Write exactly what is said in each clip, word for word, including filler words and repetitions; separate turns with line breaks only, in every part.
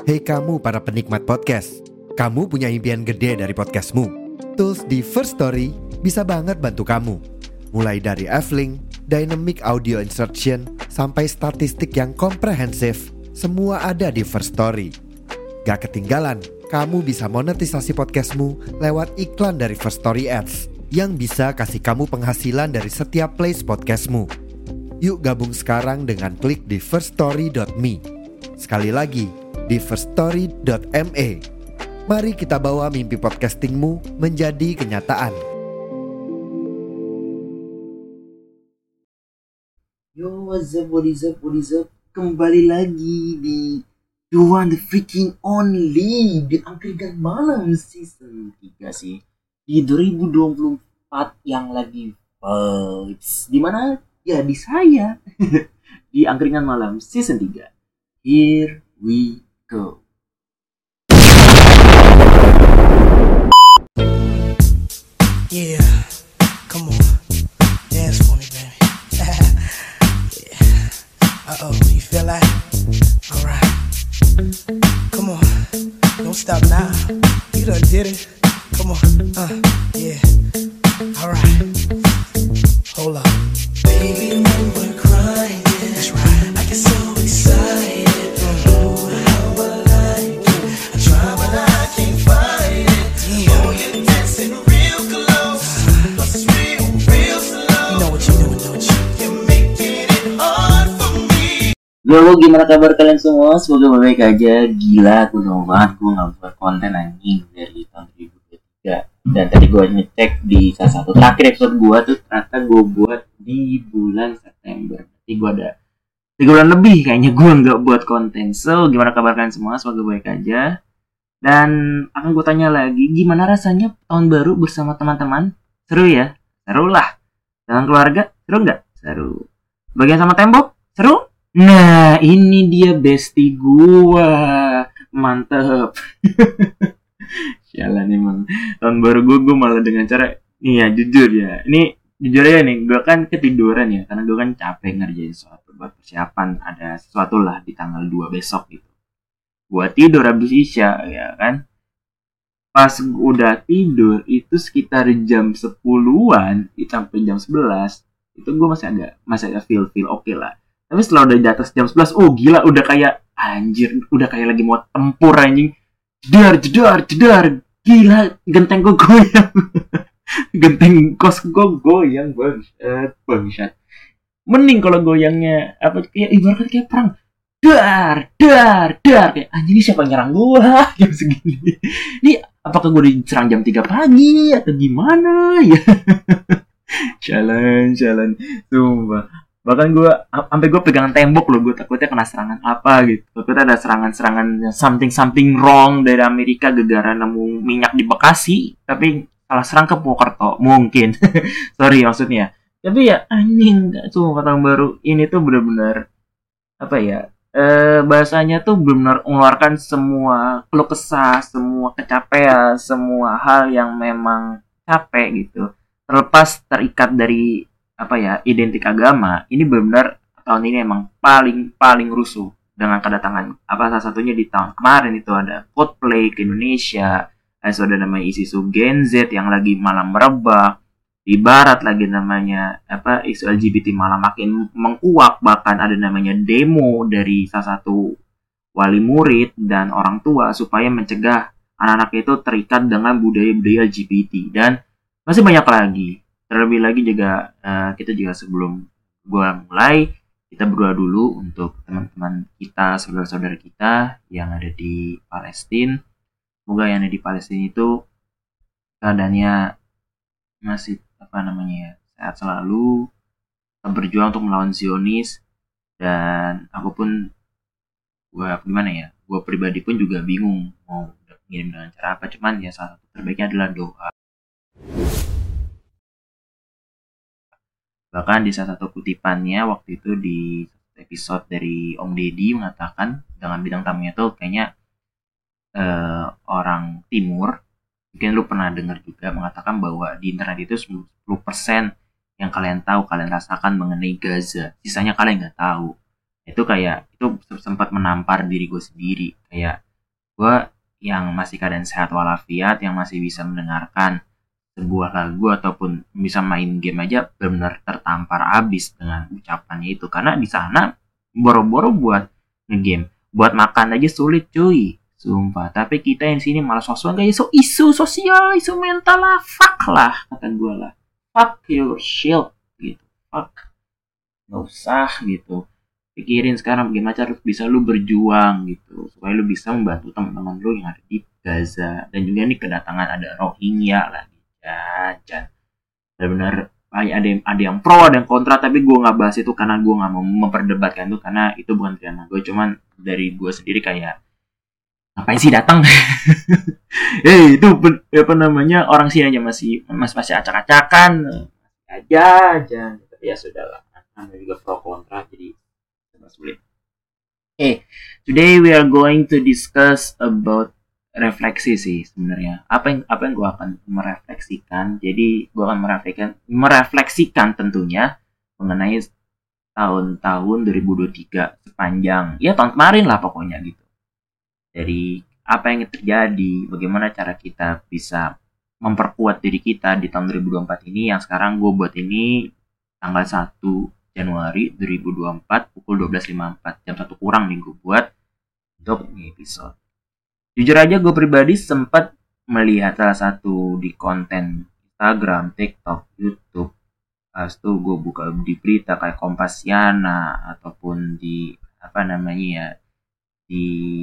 Hei kamu para penikmat podcast, kamu punya impian gede dari podcastmu. Tools di First Story bisa banget bantu kamu. Mulai dari F-Link, Dynamic Audio Insertion, sampai statistik yang komprehensif, semua ada di First Story. Gak ketinggalan, kamu bisa monetisasi podcastmu lewat iklan dari First Story Ads yang bisa kasih kamu penghasilan dari setiap plays podcastmu. Yuk gabung sekarang dengan klik di first story dot me. Sekali lagi, di first story dot me. Mari kita bawa mimpi podcastingmu menjadi kenyataan.
Yo, what's up, what is up, what is up? Kembali lagi di The One, The Freaking Only, di Angkringan Malam season tiga sih. Di dua ribu dua puluh empat yang lagi vibes. Dimana? Ya di saya. Di Angkringan Malam season tiga. Here we go.
Yeah, come on, dance for me, baby. Yeah. Uh oh, you feel that? Alright, come on, don't stop now. You done did it. Come on, uh, yeah. Alright, hold up. Baby, when we're crying, that's right. I get so excited. Oh, how I like it. I try, but I can't find it. Yeah. Oh, you're dancing real close. Plus it's real, real slow. You know what you're doing, don't you? You're making it hard for me.
Yo, gimana kabar kalian semua? Semoga baik aja. Gila, aku udah banget gue gak buat konten anjing dari tahun dua ribu dua puluh tiga. Dan tadi gue ngecek di salah satu terakhir episode gue tuh ternyata gue buat di bulan September. Jadi gue ada tiga bulan lebih kayaknya gue gak buat konten. So, gimana kabar kalian semua? Semoga baik aja. Dan akan gue tanya lagi, gimana rasanya tahun baru bersama teman-teman? Seru ya? Seru lah. Dengan keluarga? Seru gak? Seru. Bagian sama tembok? Seru? Nah, ini dia bestie gua. Mantep. Sialan emang. Tahun baru gua, gua malah dengan cara nih ya, jujur ya. Ini jujur aja nih, gua kan ketiduran ya. Karena gua kan capek ngerjain sesuatu buat persiapan. Ada sesuatu lah di tanggal dua besok gitu. Gua tidur habis Isya ya kan. Pas udah tidur itu sekitar jam sepuluhan sampai jam sebelas. Itu gua masih agak masih agak feel-feel oke okay lah. Tapi setelah udah di atas jam sebelas, oh gila udah kayak anjir, udah kayak lagi mau tempur anjing. Jedar, jedar, jedar. Gila, genteng gue goyang. Genteng kos gue goyang, bangsat, bangsat. Mending kalau goyangnya apa kayak ibaratnya kayak perang. Dar, dar, dar. Kayak anjing ini siapa yang nyerang gue jam segini. Ini apakah gue diserang jam tiga pagi atau gimana ya? Jalan, jalan. Sumpah. Bahkan gue sampai gue pegangan tembok loh, gue takutnya kena serangan apa gitu. Takutnya ada serangan-serangan something something wrong dari Amerika gara-gara nemu minyak di Bekasi, tapi salah serang ke Purwokerto mungkin. Sorry maksudnya. Tapi ya anjing, cuma tahun baru ini tuh benar-benar apa ya? Eh, bahasanya tuh benar-benar mengeluarkan semua keluh kesah, semua kecapean, semua hal yang memang capek gitu. Terlepas terikat dari apa ya, identik agama, ini benar-benar tahun ini emang paling paling rusuh dengan kedatangan apa salah satunya di tahun kemarin itu ada Coldplay ke Indonesia, ada namanya isu Gen Z yang lagi malah merebak di barat, lagi namanya apa isu L G B T malah makin mengkuak, bahkan ada namanya demo dari salah satu wali murid dan orang tua supaya mencegah anak-anak itu terikat dengan budaya-budaya L G B T, dan masih banyak lagi. Terlebih lagi juga uh, kita juga sebelum gua mulai, kita berdoa dulu untuk teman-teman kita, saudara-saudara kita yang ada di Palestina. Semoga yang ada di Palestina itu keadaannya masih apa namanya ya, sehat selalu, tetap berjuang untuk melawan Zionis. Dan aku pun gua gimana ya, gua pribadi pun juga bingung mau ngirim dengan cara apa, cuman ya salah satu terbaiknya adalah doa. Bahkan di salah satu kutipannya waktu itu di episode dari Om Deddy mengatakan dengan bidang tamunya tuh kayaknya eh, orang timur, mungkin lu pernah dengar juga, mengatakan bahwa di internet itu sepuluh persen yang kalian tahu, kalian rasakan mengenai Gaza, sisanya kalian nggak tahu. Itu kayak itu sempat menampar diri gue sendiri, kayak gue yang masih keadaan sehat walafiat, yang masih bisa mendengarkan sebuah lagu ataupun bisa main game aja benar-benar tertampar abis dengan ucapannya itu. Karena di sana boro-boro buat ngegame, buat makan aja sulit cuy, sumpah. Tapi kita yang sini malah sosok kayak isu isu sosial, isu mental lah, fuck lah kata gue lah, fuck your shit gitu, fuck, nggak usah gitu. Pikirin sekarang bagaimana cara bisa lu berjuang gitu supaya lu bisa membantu teman-teman lu yang ada di Gaza. Dan juga nih kedatangan ada Rohingya lagi. Dan benar-benar ada yang ada yang pro, ada yang kontra, tapi gue nggak bahas itu karena gue nggak mau memperdebatkan itu karena itu bukan kerjaan gue. Cuman dari gue sendiri kayak ngapain sih datang? Eh itu apa namanya, orang sini aja masih masih masih acak-acakan aja aja. Tapi ya sudahlah, ada juga pro kontra jadi sulit. Eh, today we are going to discuss about refleksi sih sebenarnya. Apa yang apa yang gue akan merefleksikan. Jadi gue akan merefleksikan merefleksikan tentunya mengenai tahun-tahun dua ribu dua puluh tiga sepanjang ya tahun kemarin lah pokoknya gitu. Dari apa yang terjadi, bagaimana cara kita bisa memperkuat diri kita di tahun dua ribu dua puluh empat ini, yang sekarang gue buat ini tanggal satu Januari dua ribu dua puluh empat pukul dua belas lima puluh empat, jam satu kurang nih gue buat untuk ini episode. Jujur aja gue pribadi sempat melihat salah satu di konten Instagram, TikTok, YouTube. Pas itu gue buka di berita kayak Kompasiana ataupun di apa namanya ya, di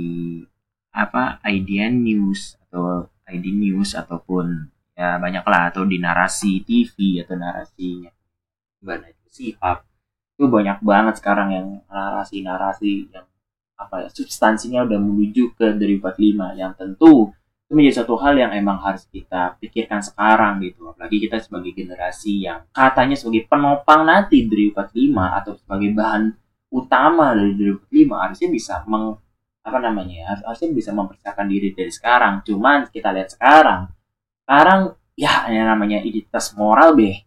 apa I D N News atau I D News ataupun ya banyak lah, atau di Narasi T V atau narasinya gimana itu Sihab. Itu banyak banget sekarang yang narasi-narasi yang apa ya, substansinya udah menuju ke dua ribu empat puluh lima, yang tentu itu menjadi satu hal yang emang harus kita pikirkan sekarang gitu. Apalagi kita sebagai generasi yang katanya sebagai penopang nanti dua ribu empat puluh lima atau sebagai bahan utama dari dua ribu empat puluh lima, harusnya bisa meng apa namanya ya, harusnya bisa mempersiapkan diri dari sekarang. Cuman kita lihat sekarang sekarang ya yang namanya identitas moral be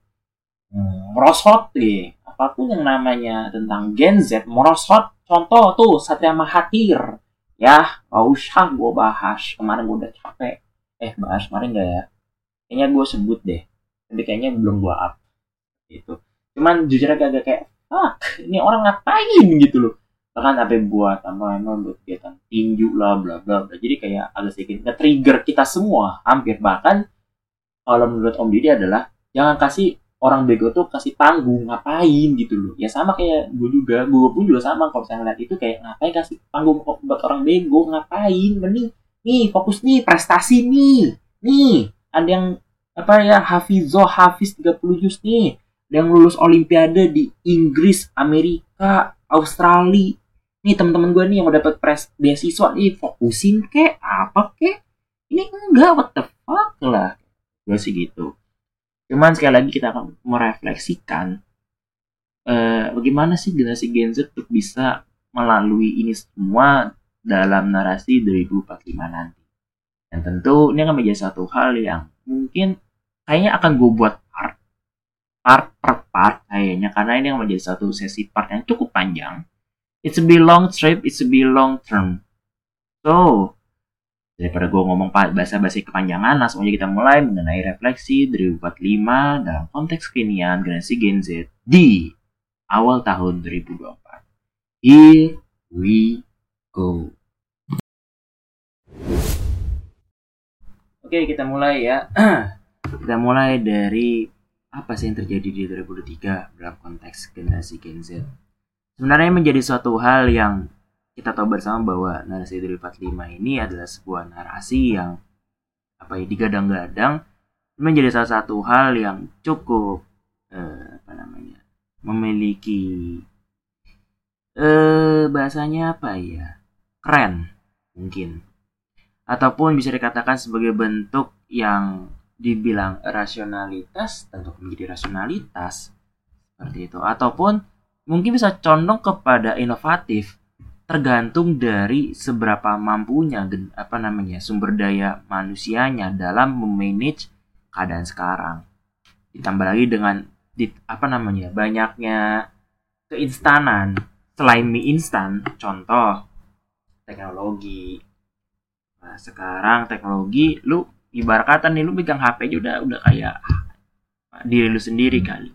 merosot deh. Apapun yang namanya tentang Gen Z merosot. Contoh tuh Satria Mahathir, ya gak usah gue bahas, kemarin gue udah capek. Eh bahas kemarin gak ya? Kayaknya gue sebut deh, tapi kayaknya belum gue up gitu. Cuman jujur aja agak kayak fuck, ini orang ngapain gitu loh. Bahkan sampai buat apa emang buat kegiatan tinju lah bla bla bla. Jadi kayak agak sedikit nge-trigger kita semua hampir. Bahkan kalau menurut Om Didi adalah jangan kasih orang bego tuh kasih panggung, ngapain gitu loh. Ya sama kayak gue juga, gue pun juga sama kalau misalnya ngeliat itu kayak ngapain kasih panggung buat orang bego, ngapain. Mending nih fokus nih prestasi nih. Nih ada yang apa ya, Hafizo Hafiz tiga puluh juz nih, ada yang lulus olimpiade di Inggris, Amerika, Australia. Nih teman-teman gue nih yang udah dapat pres beasiswa nih, fokusin kek apa kek. Ini enggak, what the fuck lah. Gue sih gitu. Cuman sekali lagi kita akan merefleksikan eh, bagaimana sih generasi Gen Z untuk bisa melalui ini semua dalam narasi dua ribu empat puluh lima nanti. Dan tentu ini akan menjadi satu hal yang mungkin kayaknya akan gue buat part part per part kayaknya, karena ini akan menjadi satu sesi part yang cukup panjang. It's a be long trip, it's a be long term. So daripada gue ngomong bahasa-bahasa kepanjangan, langsung aja kita mulai mengenai refleksi dua ribu empat puluh lima dalam konteks kekinian generasi Gen Z di awal tahun dua ribu dua puluh empat. Here we go. Oke, kita mulai ya. Kita mulai dari apa sih yang terjadi di dua ribu dua puluh tiga dalam konteks generasi Gen Z. Sebenarnya menjadi suatu hal yang kita tahu bersama bahwa narasi dua ribu empat puluh lima ini adalah sebuah narasi yang apa ya, digadang-gadang menjadi salah satu hal yang cukup eh, apa namanya memiliki eh bahasanya apa ya, keren mungkin, ataupun bisa dikatakan sebagai bentuk yang dibilang rasionalitas, tentu menjadi rasionalitas seperti itu, ataupun mungkin bisa condong kepada inovatif. Tergantung dari seberapa mampunya apa namanya sumber daya manusianya dalam memanage keadaan sekarang. Ditambah lagi dengan di, apa namanya banyaknya keinstanan selain mie instan, contoh teknologi, Nah, sekarang teknologi, lu ibarat kata nih, lu pegang H P aja udah udah kayak diri lu sendiri kali.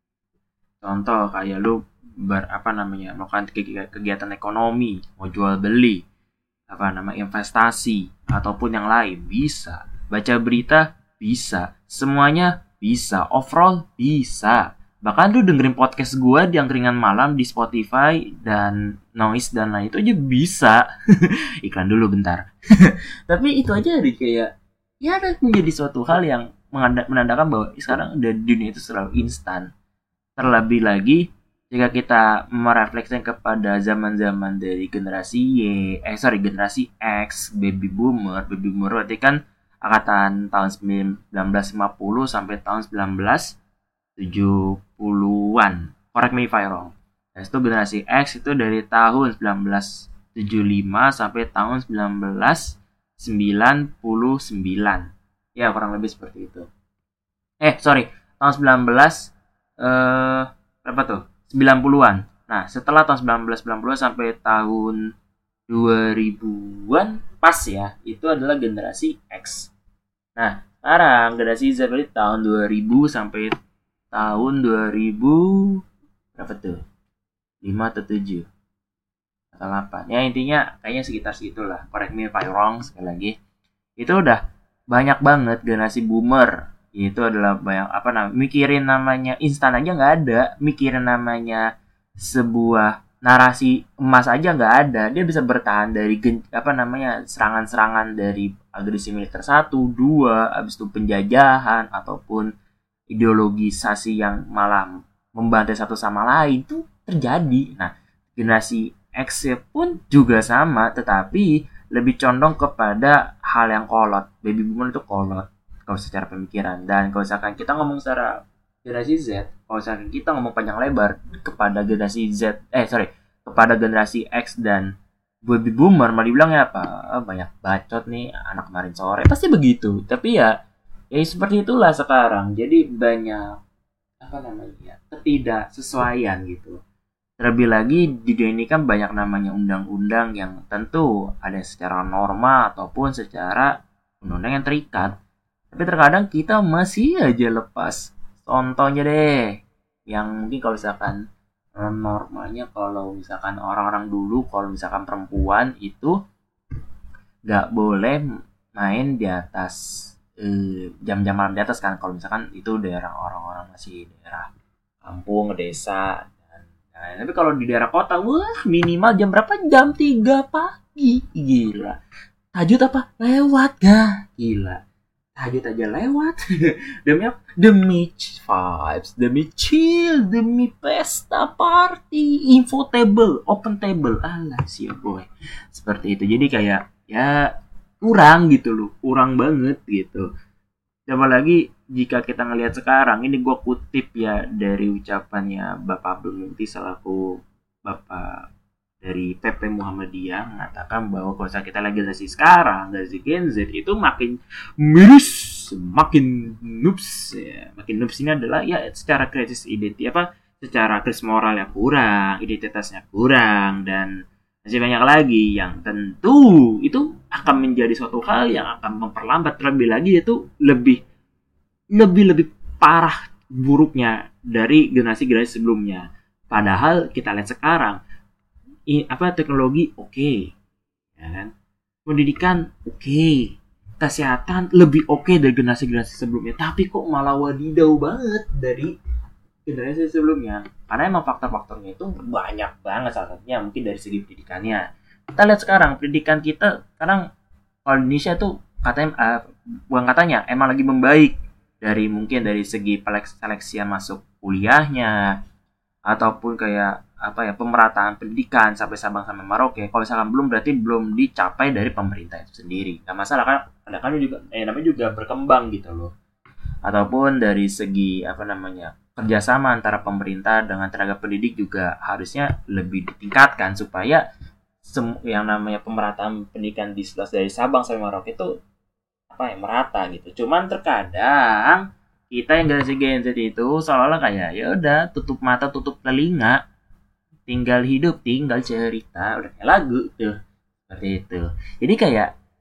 Contoh kayak lu ber apa namanya melakukan kegiatan ekonomi, mau jual beli, apa nama investasi ataupun yang lain bisa, baca berita bisa, semuanya bisa, overall bisa. Bahkan lu dengerin podcast gue yang ringan malam di Spotify dan Noise dan lain itu aja bisa. Iklan dulu bentar. Tapi itu aja deh kayak ya menjadi suatu hal yang menandakan bahwa sekarang udah dunia itu selalu instan. Terlebih lagi jika kita merefleksikan kepada zaman-zaman dari generasi Y, eh sorry generasi X, baby boomer, baby boomer berarti kan angkatan tahun sembilan belas lima puluh sampai tahun sembilan belas tujuh puluhan. Correct me if I wrong. Dan itu generasi X itu dari tahun sembilan belas tujuh puluh lima sampai tahun sembilan belas sembilan puluh sembilan. Ya, kurang lebih seperti itu. Eh, sorry. Tahun sembilan belas eh berapa tuh? sembilan puluhan. Nah, setelah tahun sembilan belas sembilan puluh sampai tahun dua ribuan pas ya, itu adalah generasi X. Nah, sekarang generasi Z berarti tahun dua ribu sampai tahun dua ribu berapa tuh? lima atau tujuh atau delapan. Ya intinya kayaknya sekitar segitulah. Correct me if I wrong sekali lagi. Itu udah banyak banget generasi boomer. Itu adalah banyak apa namanya? Mikirin namanya instan aja nggak ada. Mikirin namanya sebuah narasi emas aja nggak ada. Dia bisa bertahan dari apa namanya serangan-serangan dari agresi militer satu, dua, abis itu penjajahan ataupun ideologisasi yang malah membantai satu sama lain itu terjadi. Nah, generasi X pun juga sama, tetapi lebih condong kepada hal yang kolot. Baby boomer itu kolot kalau secara pemikiran. Dan kalau misalkan kita ngomong secara generasi Z, kalau misalkan kita ngomong panjang lebar kepada generasi Z, eh sorry, kepada generasi X dan baby boomer, malah dibilangnya apa? Banyak bacot nih anak kemarin sore. Pasti begitu. Tapi ya Ya seperti itulah sekarang. Jadi banyak apa namanya ketidaksesuaian gitu. Terlebih lagi di dunia ini kan banyak namanya undang-undang yang tentu ada secara norma ataupun secara undang-undang yang terikat. Tapi terkadang kita masih aja lepas. Contohnya deh, yang mungkin kalau misalkan normanya kalau misalkan orang-orang dulu kalau misalkan perempuan itu nggak boleh main di atas Eh, jam-jam malam di atas kan kalau misalkan itu daerah orang-orang masih daerah kampung, desa dan, dan tapi kalau di daerah kota wah minimal jam berapa? Jam tiga pagi. Gila. Tahajud apa? Lewat gak? Gila. Tahajud aja lewat. Demi apa? Demi vibes, demi chill, demi pesta party, info table, open table. Alah siap boy. Seperti itu. Jadi kayak ya kurang gitu loh, kurang banget gitu. Apalagi jika kita ngelihat sekarang, ini gue kutip ya dari ucapannya Bapak Abdul Mukti selaku Bapak dari P P Muhammadiyah mengatakan bahwa kalau kita lagi generasi sekarang, generasi Gen Z itu makin miris, makin noobs ya. Makin noobs ini adalah ya secara krisis identitas apa, secara krisis moral yang kurang, identitasnya kurang dan masih banyak lagi yang tentu itu akan menjadi suatu hal yang akan memperlambat terlebih lagi itu lebih lebih lebih parah buruknya dari generasi-generasi sebelumnya. Padahal kita lihat sekarang i, apa teknologi oke, okay, ya kan? Pendidikan oke, okay, kesehatan lebih oke okay dari generasi-generasi sebelumnya. Tapi kok malah wadidau banget dari generasi sebelumnya, karena emang faktor-faktornya itu banyak banget. Salah satunya mungkin dari segi pendidikannya. Kita lihat sekarang pendidikan kita sekarang kalau Indonesia tuh katanya uh, bukan katanya emang lagi membaik dari mungkin dari segi seleksian masuk kuliahnya ataupun kayak apa ya pemerataan pendidikan sampai Sabang sampai Merauke. Kalau misalkan belum berarti belum dicapai dari pemerintah itu sendiri. Nggak masalah kan, ada kan juga eh namanya juga berkembang gitu loh. Ataupun dari segi apa namanya kerjasama antara pemerintah dengan tenaga pendidik juga harusnya lebih ditingkatkan supaya sem- yang namanya pemerataan pendidikan di sebelah dari Sabang sampai Merauke itu apa ya merata gitu. Cuman terkadang kita yang generasi Gen Z itu seolah-olah kayak ya udah tutup mata tutup telinga, tinggal hidup tinggal cerita, udah kayak lagu tuh seperti itu. Jadi kayak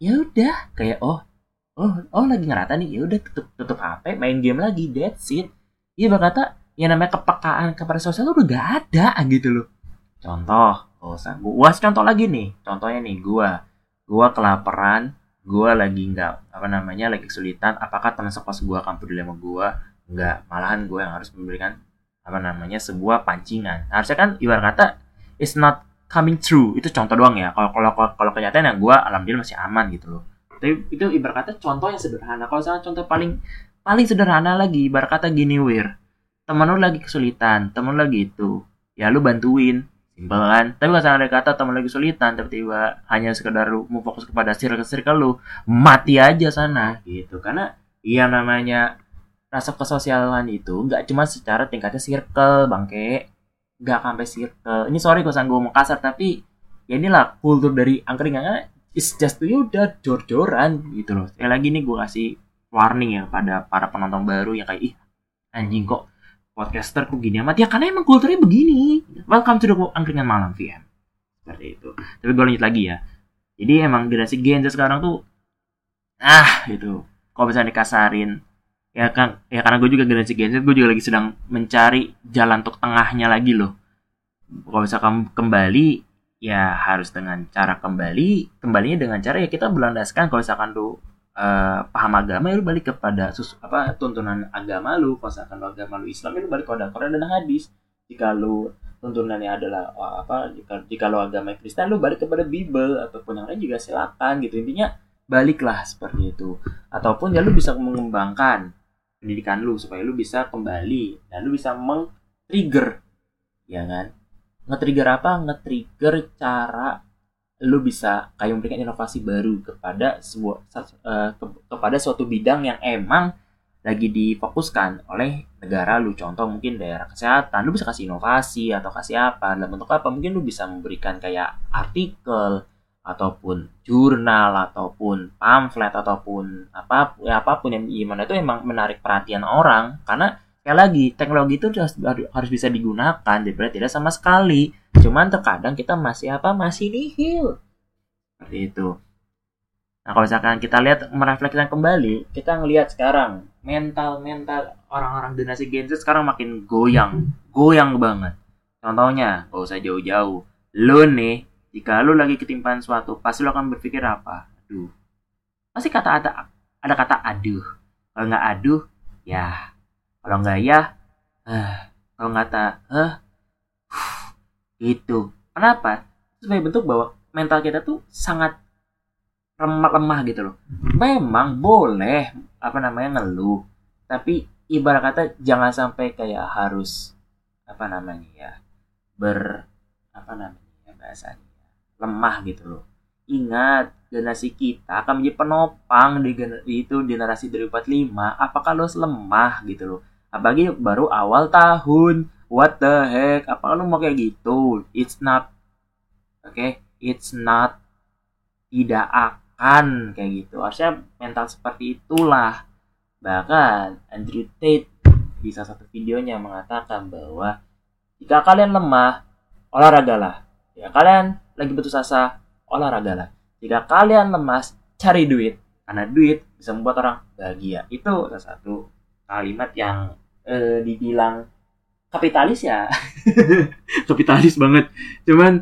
ya udah kayak oh oh oh lagi ngerata nih, ya udah tutup tutup H P, main game lagi, that's it. Iya berkata yang namanya kepekaan kepada sosial tuh udah gak ada gitu loh. Contoh, oh gua contoh lagi nih, contohnya nih gua gua kelaparan, gua lagi nggak apa namanya lagi kesulitan, apakah teman sekos gua akan peduli sama gua? Enggak, malahan gua yang harus memberikan apa namanya sebuah pancingan. Harusnya kan ibarat kata it's not coming true, itu contoh doang ya. Kalau kalau kalau kenyataan yang gue alhamdulillah masih aman gitu loh. Tapi itu ibarat kata contoh yang sederhana. Kalau misalnya contoh paling paling sederhana lagi, ibarat kata gini wir, temen lu lagi kesulitan, temen lu lagi itu, ya lu bantuin, simpel kan. Tapi kalau ada kata temen lagi kesulitan, tiba-tiba hanya sekedar lu mau fokus kepada circle-circle lu, mati aja sana gitu. Karena yang namanya rasa kesosialan itu nggak cuma secara tingkatnya circle bangke, nggak sampai circle. Ini sorry kalau gue mau kasar, tapi ya inilah kultur dari angkringan. It's just ya udah jor-joran gitu loh. Sekali lagi nih gue kasih warning ya pada para penonton baru yang kayak ih anjing kok podcaster kok gini amat ya, karena emang kulturnya begini. Welcome to the angkringan malam V M seperti itu. Tapi gue lanjut lagi ya. Jadi emang generasi Gen Z sekarang tuh ah gitu. Kalau misalnya dikasarin ya kan, ya karena gue juga generasi Gen Z, gue juga lagi sedang mencari jalan untuk tengahnya lagi loh. Kalau misalkan kembali ya harus dengan cara kembali kembalinya dengan cara ya kita berlandaskan, kalau misalkan lu uh, paham agama ya lu balik kepada sus, apa tuntunan agama lu. Kalau misalkan lu agama lu Islam ya lu balik kepada Quran dan hadis. Jika lu tuntunannya adalah oh, apa jika jika lu agama Kristen lu balik kepada Bible, ataupun yang lain juga silakan gitu. Intinya baliklah seperti itu. Ataupun ya lu bisa mengembangkan pendidikan lu supaya lu bisa kembali dan lu bisa meng-trigger, ya kan? Nge-trigger apa? Nge-trigger cara lu bisa kayak memberikan inovasi baru kepada sebuah uh, ke, kepada suatu bidang yang emang lagi difokuskan oleh negara lu. Contoh mungkin daerah kesehatan, lu bisa kasih inovasi atau kasih apa dalam bentuk apa? Mungkin lu bisa memberikan kayak artikel ataupun jurnal ataupun pamflet ataupun apa ya apapun yang gimana itu emang menarik perhatian orang. Karena sekali lagi teknologi itu harus, harus bisa digunakan daripada tidak sama sekali. Cuman terkadang kita masih apa masih nihil seperti itu. Nah kalau misalkan kita lihat merefleksikan kembali, kita ngelihat sekarang mental mental orang-orang generasi Gen Z sekarang makin goyang goyang banget. Contohnya gak usah jauh-jauh, lu nih jika lu lagi ketimpaan suatu, pasti lu akan berpikir apa? Aduh. Pasti kata ada ada kata aduh. Kalau nggak aduh, ya. Kalau nggak ya, eh. Kalau nggak tak, eh. Gitu. Kenapa? Sebagai bentuk bahwa mental kita tuh sangat lemah-lemah gitu loh. Memang boleh apa namanya ngeluh, tapi ibarat kata jangan sampai kayak harus apa namanya ya ber apa namanya bahasanya lemah gitu loh. Ingat, generasi kita akan menjadi penopang di gener- itu generasi dua ribu empat puluh lima. Apakah lo lemah gitu loh? Apalagi baru awal tahun. What the heck? Apakah lo mau kayak gitu? It's not. Oke, okay? It's not. Tidak akan kayak gitu. Harusnya mental seperti itulah. Bahkan Andrew Tate di salah satu videonya mengatakan bahwa jika kalian lemah, olahragalah. Ya kalian lagi putus asa, olahragalah. Jika kalian lemas, cari duit. Karena duit bisa membuat orang bahagia. Itu salah satu kalimat yang eh, dibilang kapitalis ya. Kapitalis banget. Cuman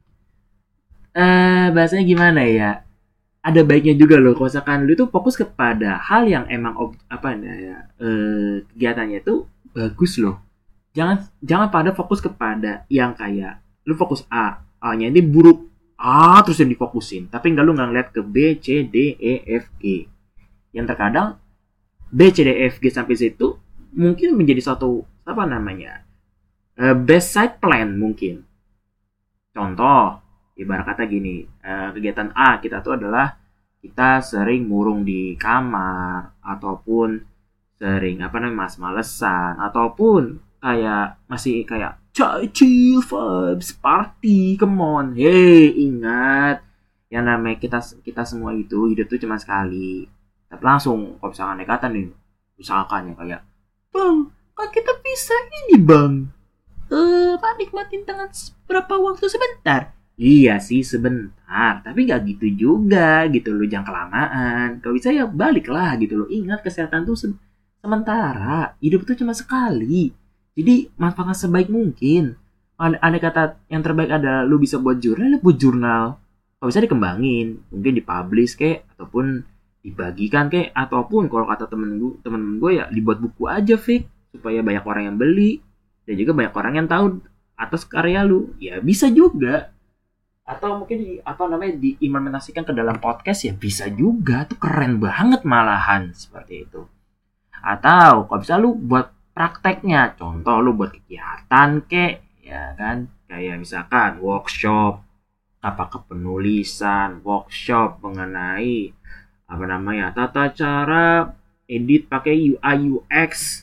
eh, bahasanya gimana ya? Ada baiknya juga loh. Kalau misalkan lu tuh fokus kepada hal yang emang ob- apa ya eh, kegiatannya itu bagus loh. Jangan jangan pada fokus kepada yang kayak lu fokus A, A-nya ini buruk, A terus yang difokusin, tapi enggak lu nggak ngeliat ke B, C, D, E, F, G. Yang terkadang B, C, D, E, F, G sampai situ mungkin menjadi suatu apa namanya uh, best side plan mungkin. Contoh, ibarat kata gini, uh, kegiatan A kita tuh adalah kita sering murung di kamar ataupun sering apa namanya mas-malesan ataupun kayak masih kayak chill vibes party, come on, hey ingat yang namanya kita kita semua itu hidup tuh cuma sekali. Tapi langsung kalau misalkan nekatan nih, misalkan ya kayak bang kan kita bisa ini bang eh pak nikmatin dengan berapa waktu sebentar Iya sih sebentar, tapi gak gitu juga gitu loh, jangan kelamaan. Kalau bisa ya baliklah gitu loh. Ingat kesehatan tuh se- sementara, hidup tuh cuma sekali. Jadi manfaatkan sebaik mungkin. Ada, ada kata yang terbaik adalah lu bisa buat jurnal, lu buat jurnal. Kalau bisa dikembangin, mungkin dipublish kayak ataupun dibagikan kayak ataupun kalau kata temen gue, temen gue ya dibuat buku aja fake supaya banyak orang yang beli dan juga banyak orang yang tahu atas karya lu. Ya bisa juga. Atau mungkin di, apa namanya diimplementasikan ke dalam podcast ya bisa juga, tuh keren banget malahan seperti itu. Atau kalau bisa lu buat prakteknya, contoh lu buat kegiatan kek ya kan, kayak misalkan workshop apa kepenulisan, workshop mengenai apa namanya tata cara edit pakai U I U X,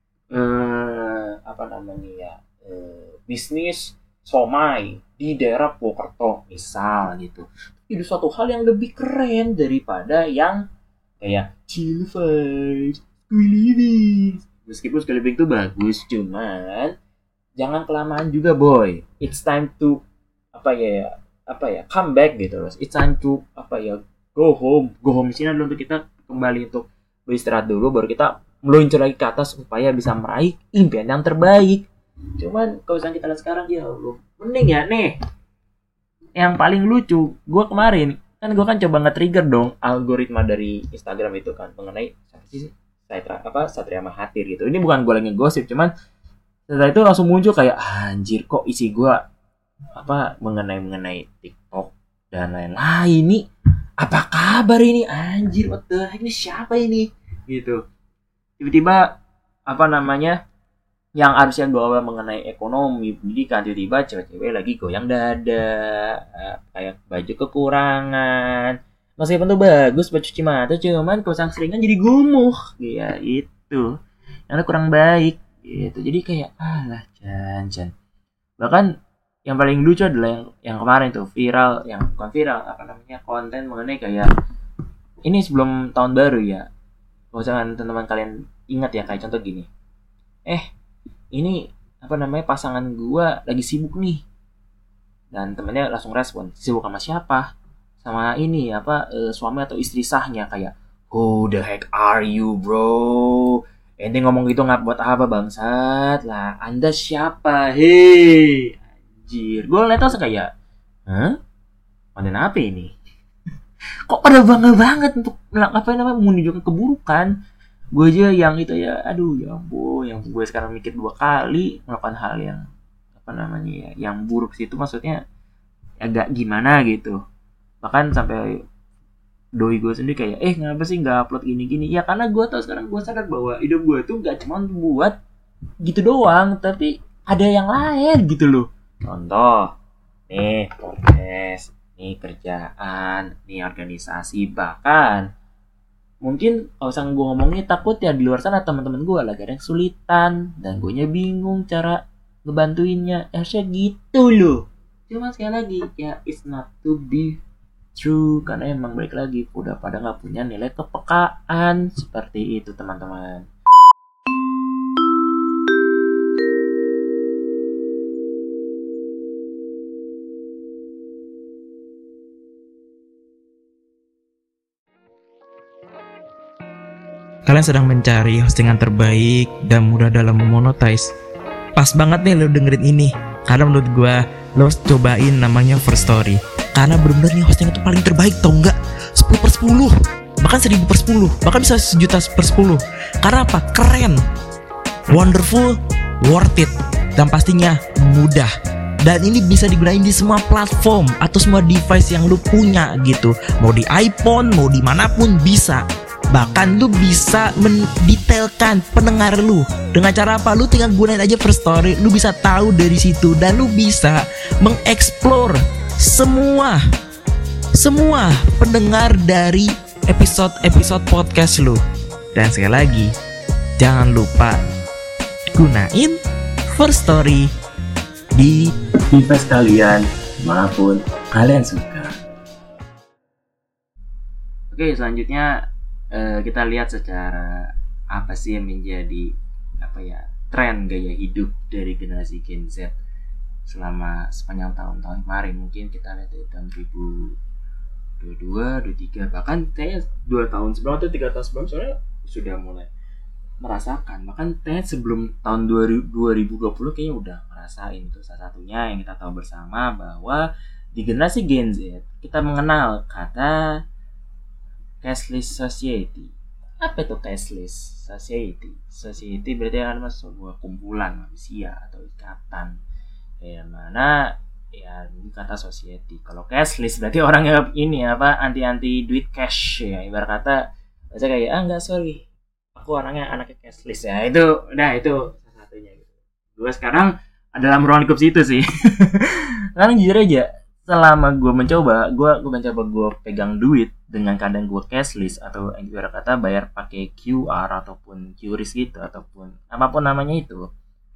eh, apa namanya ya eh, bisnis somai di daerah Purwokerto misal gitu. Itu suatu hal yang lebih keren daripada yang kayak chill vibes, squee living. Meskipun squee living itu bagus, cuman jangan kelamaan juga boy. It's time to apa ya apa ya come back gitu loh. It's time to apa ya go home. Go home di sini adalah untuk kita kembali untuk beristirahat dulu, baru kita meluncur lagi ke atas supaya bisa meraih impian yang terbaik. Cuman kalau misalnya kita lihat sekarang ya Allah, mending ya nih yang paling lucu gue kemarin kan gue kan coba nge-trigger dong algoritma dari Instagram itu kan mengenai siapa sih Satria apa Satria Mahathir gitu. Ini bukan gue lagi ngegosip, cuman setelah itu langsung muncul kayak anjir kok isi gue apa mengenai mengenai TikTok dan lain-lain. Ini apa kabar ini anjir, what the heck, ini siapa ini gitu. Tiba-tiba apa namanya yang harusnya gue mengenai ekonomi pendidikan, tiba-tiba cewek-cewek lagi goyang dada kayak baju kekurangan. Meskipun tuh bagus buat cuci mata, cuman kalau seringan jadi gumuh ya itu yang kurang baik gitu. Jadi kayak alah jan-jan. Bahkan yang paling lucu adalah yang yang kemarin tuh viral, yang bukan viral apa namanya konten mengenai kayak ini sebelum tahun baru ya. Kalau misalkan teman-teman kalian ingat ya kayak contoh gini, eh ini apa namanya pasangan gua lagi sibuk nih, dan temennya langsung respon, sibuk sama siapa? Sama ini apa e, suami atau istri sahnya. Kayak who the heck are you bro? Ente ngomong gitu nggak buat apa bangsat lah, anda siapa hei anjir. Gue liat langsung kayak hah konten apa ini? Kok pada bangga banget untuk apa namanya menunjukkan keburukan. Gue aja yang itu ya aduh ya ampun, yang gue sekarang mikir dua kali melakukan hal yang apa namanya ya yang buruk sih, itu maksudnya agak gimana gitu. Bahkan sampai doi gue sendiri kayak eh ngapa sih nggak upload gini-gini ya, karena gue tau sekarang gue sadar bahwa hidup gue tuh nggak cuma buat gitu doang, tapi ada yang lain gitu loh. Contoh nih podcast, nih kerjaan, nih organisasi, bahkan mungkin kalau misalnya gue ngomongnya takut ya di luar sana teman-teman gue lagi ada yang kesulitan dan gue nya bingung cara ngebantuinnya, harusnya gitu loh. Cuma sekali lagi ya it's not to be true, karena emang balik lagi udah pada nggak punya nilai kepekaan seperti itu teman-teman.
Kalian sedang mencari hostingan terbaik dan mudah dalam memonetize. Pas banget nih lo dengerin ini, karena menurut gue lo harus cobain namanya First Story. Karena bener-bener nih hostingan itu paling terbaik, tau nggak? sepuluh per sepuluh, bahkan seribu per sepuluh, bahkan bisa sejuta per sepuluh. Karena apa? Keren, wonderful, worth it, dan pastinya mudah. Dan ini bisa digunain di semua platform atau semua device yang lu punya gitu. Mau di iPhone, mau dimanapun bisa. Bahkan lu bisa mendetailkan pendengar lu. Dengan cara apa? Lu tinggal gunain aja First Story. Lu bisa tahu dari situ. Dan lu bisa mengeksplor semua Semua pendengar dari episode-episode podcast lu. Dan sekali lagi, jangan lupa gunain First Story di
device kalian maupun kalian suka. Oke, selanjutnya Uh, kita lihat secara apa sih yang menjadi apa ya tren gaya hidup dari generasi Gen Z. selama sepanjang tahun-tahun kemarin. Mungkin kita lihat dari tahun dua ribu dua puluh dua, dua puluh tiga, bahkan kayaknya dua tahun sebelum atau tiga tahun sebelum soalnya sudah mulai merasakan. Bahkan kayaknya sebelum tahun dua ribu dua puluh kayaknya udah ngerasain. Itu salah satunya yang kita tahu bersama bahwa di generasi Gen Z kita mengenal kata cashless society. Apa itu cashless society? Society berarti kan sebuah kumpulan manusia atau ikatan yang mana ya ini kata society. Kalau cashless berarti orangnya ini apa anti-anti duit cash ya, ibarat kata baca kayak ah enggak sorry aku orangnya anaknya cashless ya. Itu udah itu salah satunya gitu. Gue sekarang adalah ruang lingkup situ sih. Sekarang jujur aja selama gue mencoba gue gue mencoba gue pegang duit dengan keadaan gue cashless atau yang ibarat kata bayar pakai Q R ataupun Q R I S gitu ataupun apapun namanya itu,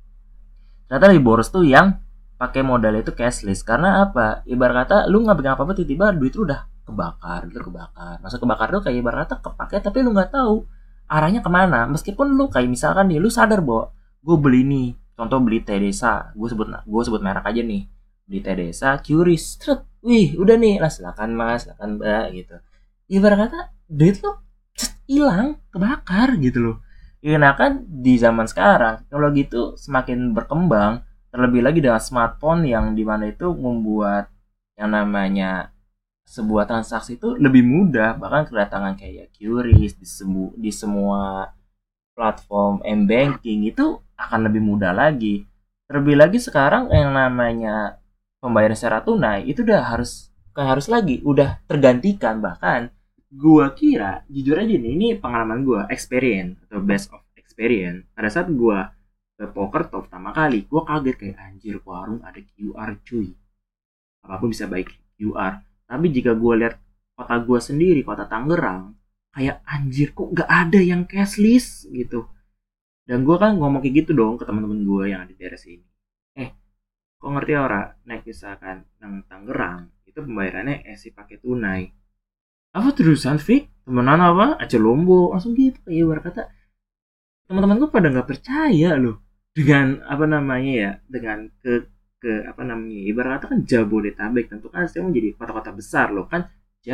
ternyata lebih boros tuh yang pakai modal itu cashless. Karena apa? Ibarat kata lu nggak pegang apa-apa tiba-tiba duit lu udah kebakar, lu kebakar. Masa kebakar tuh kayak ibarat kata kepake tapi lu nggak tahu arahnya kemana. Meskipun lu kayak misalkan nih lu sadar bahwa gue beli nih, contoh beli teh desa, gue sebut gue sebut merek aja nih, beli teh desa, Q R I S, tret, wih udah nih, lah silakan mas, silakan mbak gitu. Ibarat kata duit lu hilang, kebakar gitu loh. Ya nah kan di zaman sekarang teknologi itu semakin berkembang. Terlebih lagi dengan smartphone yang dimana itu membuat yang namanya sebuah transaksi itu lebih mudah. Bahkan kedatangan kayak Q R I S di, semu, di semua platform m-banking itu akan lebih mudah lagi. Terlebih lagi sekarang yang namanya pembayaran secara tunai itu udah harus kayak harus lagi udah tergantikan. Bahkan gua kira jujur aja nih, ini pengalaman gua, experience atau best of experience. Pada saat gua ke Poker Top pertama kali, gue kaget kayak anjir warung ada Q R cuy, apapun bisa baik Q R. Tapi jika gue lihat kota gue sendiri, kota Tangerang, kayak anjir kok gak ada yang cashless gitu. Dan gue kan ngomong kayak gitu dong ke teman-teman gue yang ada di daerah sini. Eh, kok ngerti ora? Naik misalkan nang Tangerang itu pembayarannya esi pakai tunai. Apa terusan Fik? Temenan apa? Aja lombo langsung gitu. Kayak ibarat kata teman-teman gue pada nggak percaya loh dengan apa namanya ya dengan ke ke apa namanya ibarat kata kan Jabodetabek, tentu kan saya menjadi kota-kota besar loh kan,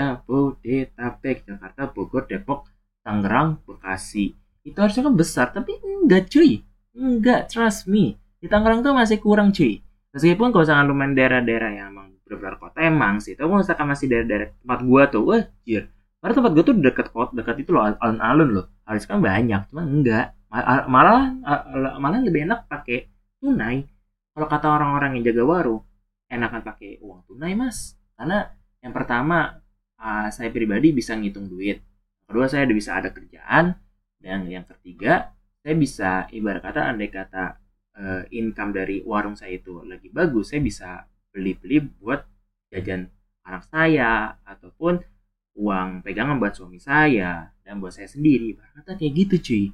Jabodetabek, Jakarta, Bogor, Depok, Tangerang, Bekasi, itu harusnya kan besar, tapi enggak cuy, enggak, trust me, di Tangerang tuh masih kurang cuy. Meskipun kalau misalkan lu main daerah-daerah yang emang benar-benar kota emang sih, tapi kalau misalkan masih daerah-daerah tempat gua tuh, wah jir, karena tempat gua tuh dekat kota, dekat itu loh, alun-alun loh, harus kan banyak, cuma enggak. Malah malah lebih enak pakai tunai. Kalau kata orang-orang yang jaga warung, enakan pakai uang tunai mas. Karena yang pertama uh, saya pribadi bisa ngitung duit. Kedua saya bisa ada kerjaan. Dan yang ketiga saya bisa ibarat kata andai kata uh, income dari warung saya itu lagi bagus, saya bisa beli-beli buat jajan anak saya ataupun uang pegangan buat suami saya dan buat saya sendiri. Ibarat kata kayak gitu cuy.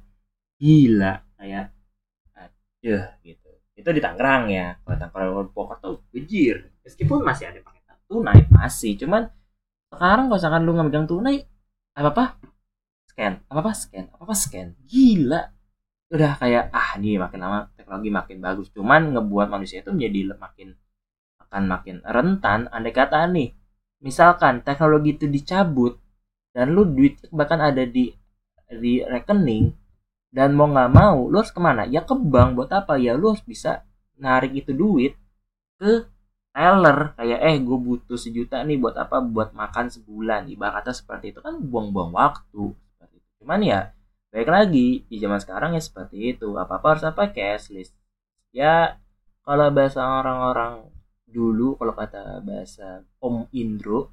Gila kayak aduh gitu. Itu di Tangerang ya. Kalau Tangerang Poker tuh bejir. Meskipun masih ada pakai tunai masih, cuman sekarang kalau misalkan lu nggak megang tunai apa apa scan, apa apa scan, apa apa scan. Gila. Udah kayak ah nih makin lama teknologi makin bagus, cuman ngebuat manusia itu menjadi makin akan makin rentan. Andai kata nih misalkan teknologi itu dicabut dan lu duit bahkan ada di di rekening, dan mau nggak mau lu harus kemana? Ya ke bank. Buat apa? Ya lu harus bisa narik itu duit ke teller. Kayak eh gue butuh sejuta nih buat apa? Buat makan sebulan. Ibaratnya seperti itu kan buang-buang waktu. Seperti itu. Cuman ya baik lagi di zaman sekarang ya seperti itu. Apa-apa harus apa? Cashless. Ya kalau bahasa orang-orang dulu, kalau kata bahasa Om Indro,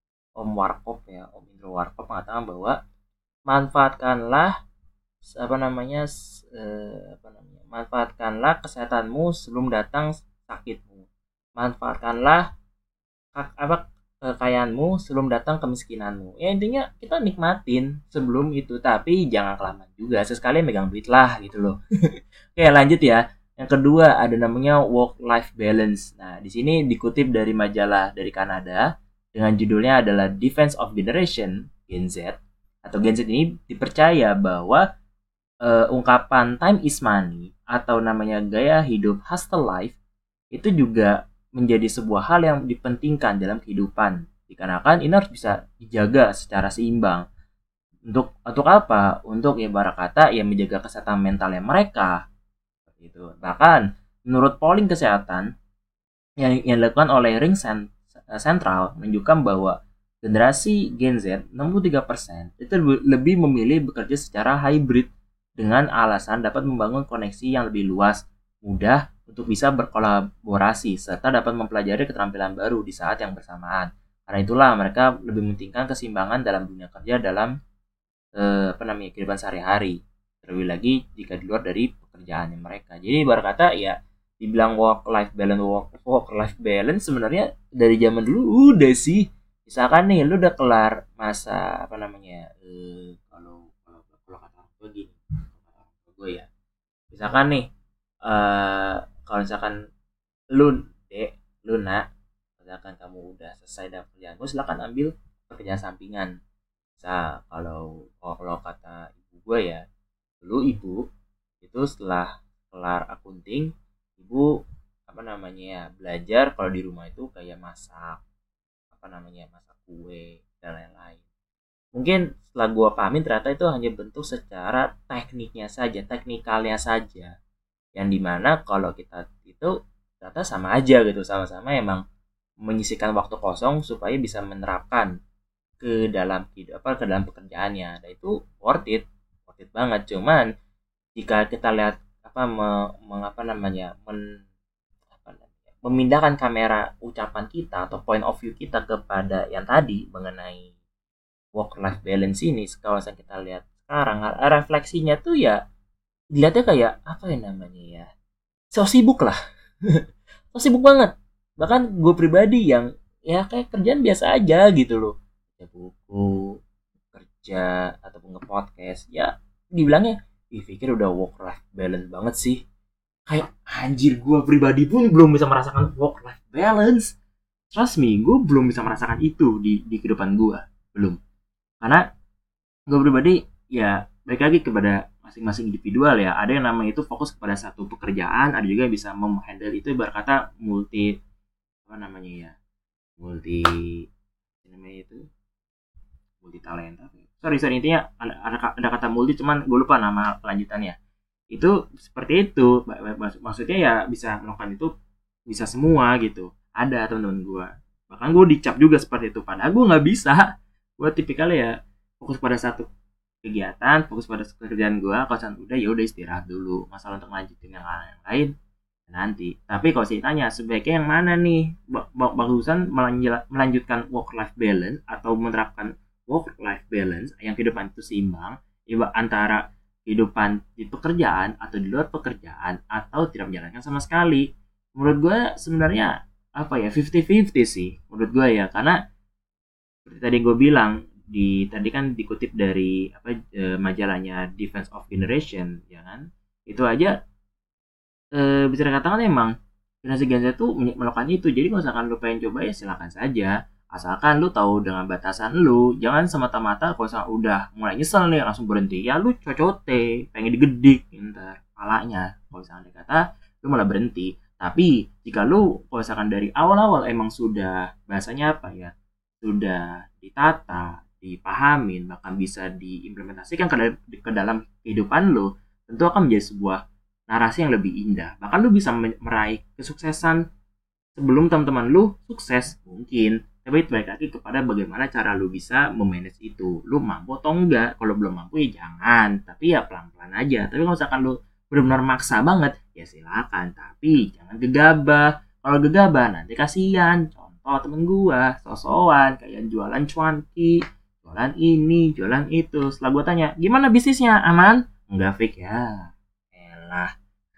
Om Warkop ya, Om Indro Warkop mengatakan bahwa manfaatkanlah apa namanya eh, apa namanya manfaatkanlah kesehatanmu sebelum datang sakitmu, manfaatkanlah apa kekayaanmu sebelum datang kemiskinanmu. Ya intinya kita nikmatin sebelum itu, tapi jangan kelamaan juga, sesekali megang duit lah gitu loh. Oke lanjut ya. Yang kedua ada namanya work life balance. Nah di sini dikutip dari majalah dari Kanada dengan judulnya adalah Defense of Generation Gen Z, atau Gen Z ini dipercaya bahwa Uh, ungkapan time is money atau namanya gaya hidup hustle life itu juga menjadi sebuah hal yang dipentingkan dalam kehidupan. Dikarenakan ini harus bisa dijaga secara seimbang. Untuk untuk apa? Untuk ya ibarat kata ya menjaga kesehatan mentalnya mereka. Gitu. Bahkan menurut polling kesehatan yang, yang dilakukan oleh Ring Central menunjukkan bahwa generasi Gen Z enam puluh tiga persen itu lebih memilih bekerja secara hybrid dengan alasan dapat membangun koneksi yang lebih luas, mudah untuk bisa berkolaborasi serta dapat mempelajari keterampilan baru di saat yang bersamaan. Karena itulah mereka lebih mementingkan keseimbangan dalam dunia kerja dalam eh, apa namanya kehidupan sehari-hari. Terlebih lagi jika di luar dari pekerjaan mereka. Jadi ibarat kata ya dibilang work life balance work work life balance sebenarnya dari zaman dulu udah sih. Misalkan nih lu udah kelar masa apa namanya eh, kalau kalau kalau kata orang tua gini, kata orang tua gue ya. Misalkan nih eh kalau misalkan lu dek lu nak misalkan kamu udah selesai dalam kerjaanmu, silakan ambil pekerjaan sampingan. Misal kalau kalau kata ibu gue ya, dulu ibu itu setelah kelar akunting, ibu apa namanya ya belajar kalau di rumah itu kayak masak apa namanya masak kue dan lain-lain. Mungkin setelah gue pahamin ternyata itu hanya bentuk secara tekniknya saja, teknikalnya saja, yang dimana kalau kita itu ternyata sama aja gitu, sama-sama emang menyisihkan waktu kosong supaya bisa menerapkan ke dalam apa ke dalam pekerjaannya. Dan itu worth it worth it banget. Cuman jika kita lihat apa me, mengapa namanya men, apa namanya memindahkan kamera ucapan kita atau point of view kita kepada yang tadi mengenai work life balance ini, kalau kita lihat sekarang refleksinya tuh ya dilihatnya kayak apa ya namanya ya so sibuk lah so sibuk banget. Bahkan gue pribadi yang ya kayak kerjaan biasa aja gitu loh, baca buku, kerja ataupun nge-podcast, ya dibilangnya ih pikir udah work life balance banget sih. Kayak anjir, gue pribadi pun belum bisa merasakan work life balance. Trust me, gue belum bisa merasakan itu di di kehidupan gue, belum. Karena gue pribadi ya balik lagi kepada masing-masing individual ya. Ada yang namanya itu fokus kepada satu pekerjaan, ada juga yang bisa menghandle itu ibarat kata multi apa namanya ya multi namanya itu multi talenta. Sorry sorry intinya ada, ada, ada kata multi cuman gue lupa nama kelanjutannya. Itu seperti itu maksudnya ya bisa melakukan itu bisa semua gitu. Ada teman-teman gue bahkan gue dicap juga seperti itu, padahal gue nggak bisa. Gue tipikalnya ya fokus pada satu kegiatan, fokus pada pekerjaan gue. Kalau udah ya udah istirahat dulu, masalah untuk lanjutin yang lain nanti. Tapi kalau saya tanya sebaiknya yang mana nih, bagusan melanjutkan work life balance atau menerapkan work life balance yang kehidupan itu seimbang antara kehidupan di pekerjaan atau di luar pekerjaan atau tidak menjalankan sama sekali. Menurut gue sebenarnya apa ya fifty-fifty sih menurut gue ya, karena seperti tadi gue bilang di tadi kan dikutip dari apa e, majalahnya Defense of Generation ya kan, itu aja e, bisa dikatakan emang generasi Gen Z tuh melakukan itu. Jadi kalau misalkan lu pengen coba ya silakan saja, asalkan lu tahu dengan batasan lu. Jangan semata-mata kalau misalkan udah mulai nyesel nih langsung berhenti, ya lu cocote pengen digedik ntar palanya. Kalau misalkan dikata lu malah berhenti. Tapi jika lu kalau misalkan dari awal-awal emang sudah bahasanya apa ya sudah ditata, dipahamin, bahkan bisa diimplementasikan ke dalam, ke dalam kehidupan lo, tentu akan menjadi sebuah narasi yang lebih indah. Bahkan lo bisa meraih kesuksesan sebelum teman-teman lo sukses mungkin. Tapi itu balik lagi kepada bagaimana cara lo bisa memanage itu. Lo mampu atau enggak? Kalau belum mampu ya jangan, tapi ya pelan-pelan aja. Tapi kalau misalkan lo benar-benar maksa banget, ya silakan. Tapi jangan gegabah. Kalau gegabah nanti kasihan. Oh temen gua sosokan kayak jualan cuanki, jualan ini, jualan itu. Setelah gua tanya, gimana bisnisnya? Aman? Enggak fake ya. Elah.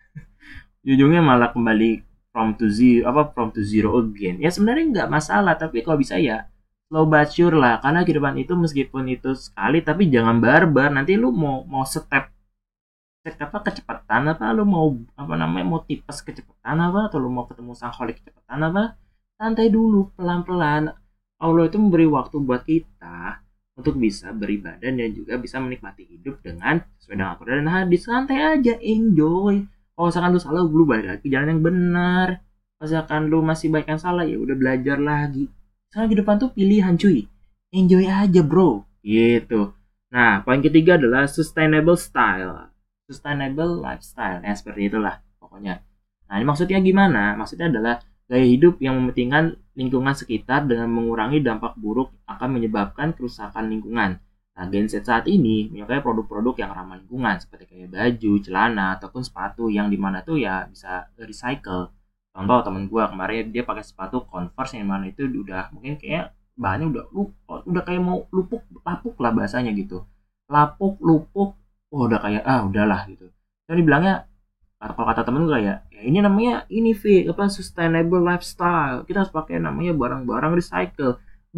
Ujungnya malah kembali from to zero, apa from to zero again. Ya sebenarnya enggak masalah, tapi kalau bisa ya slow but sure lah. Karena kehidupan itu meskipun itu sekali, tapi jangan barbar. Nanti lu mau mau step step apa kecepatan apa, lu mau apa namanya mau tipes kecepatan apa, atau lu mau ketemu sangholik kecepatan apa? Santai dulu, pelan-pelan. Allah itu memberi waktu buat kita untuk bisa beribadah dan juga bisa menikmati hidup dengan sesuai dengan Al-Quran dan hadis. Santai aja, enjoy. Kalau misalkan lu salah, lu balik lagi jalan yang benar. Misalkan lu masih banyak yang salah, ya udah belajar lagi. Soalnya di depan tuh pilihan cuy, enjoy aja bro, gitu. Nah, poin ketiga adalah sustainable style, sustainable lifestyle, ya seperti itulah pokoknya. Nah, ini maksudnya gimana? Maksudnya adalah gaya hidup yang mementingkan lingkungan sekitar dengan mengurangi dampak buruk akan menyebabkan kerusakan lingkungan. Nah, Gen Z saat ini menyukai produk-produk yang ramah lingkungan seperti kayak baju, celana, ataupun sepatu yang dimana tuh ya bisa recycle. Contoh temen gue kemarin dia pakai sepatu Converse yang mana itu udah mungkin kayak bahannya udah lupuk, udah kayak mau lupuk lapuk lah bahasanya gitu, lapuk lupuk, oh udah kayak ah udahlah gitu. Dan dibilangnya, kalau kata temen gue ya, ya ini namanya ini V apa sustainable lifestyle, kita harus pakai namanya barang-barang recycle.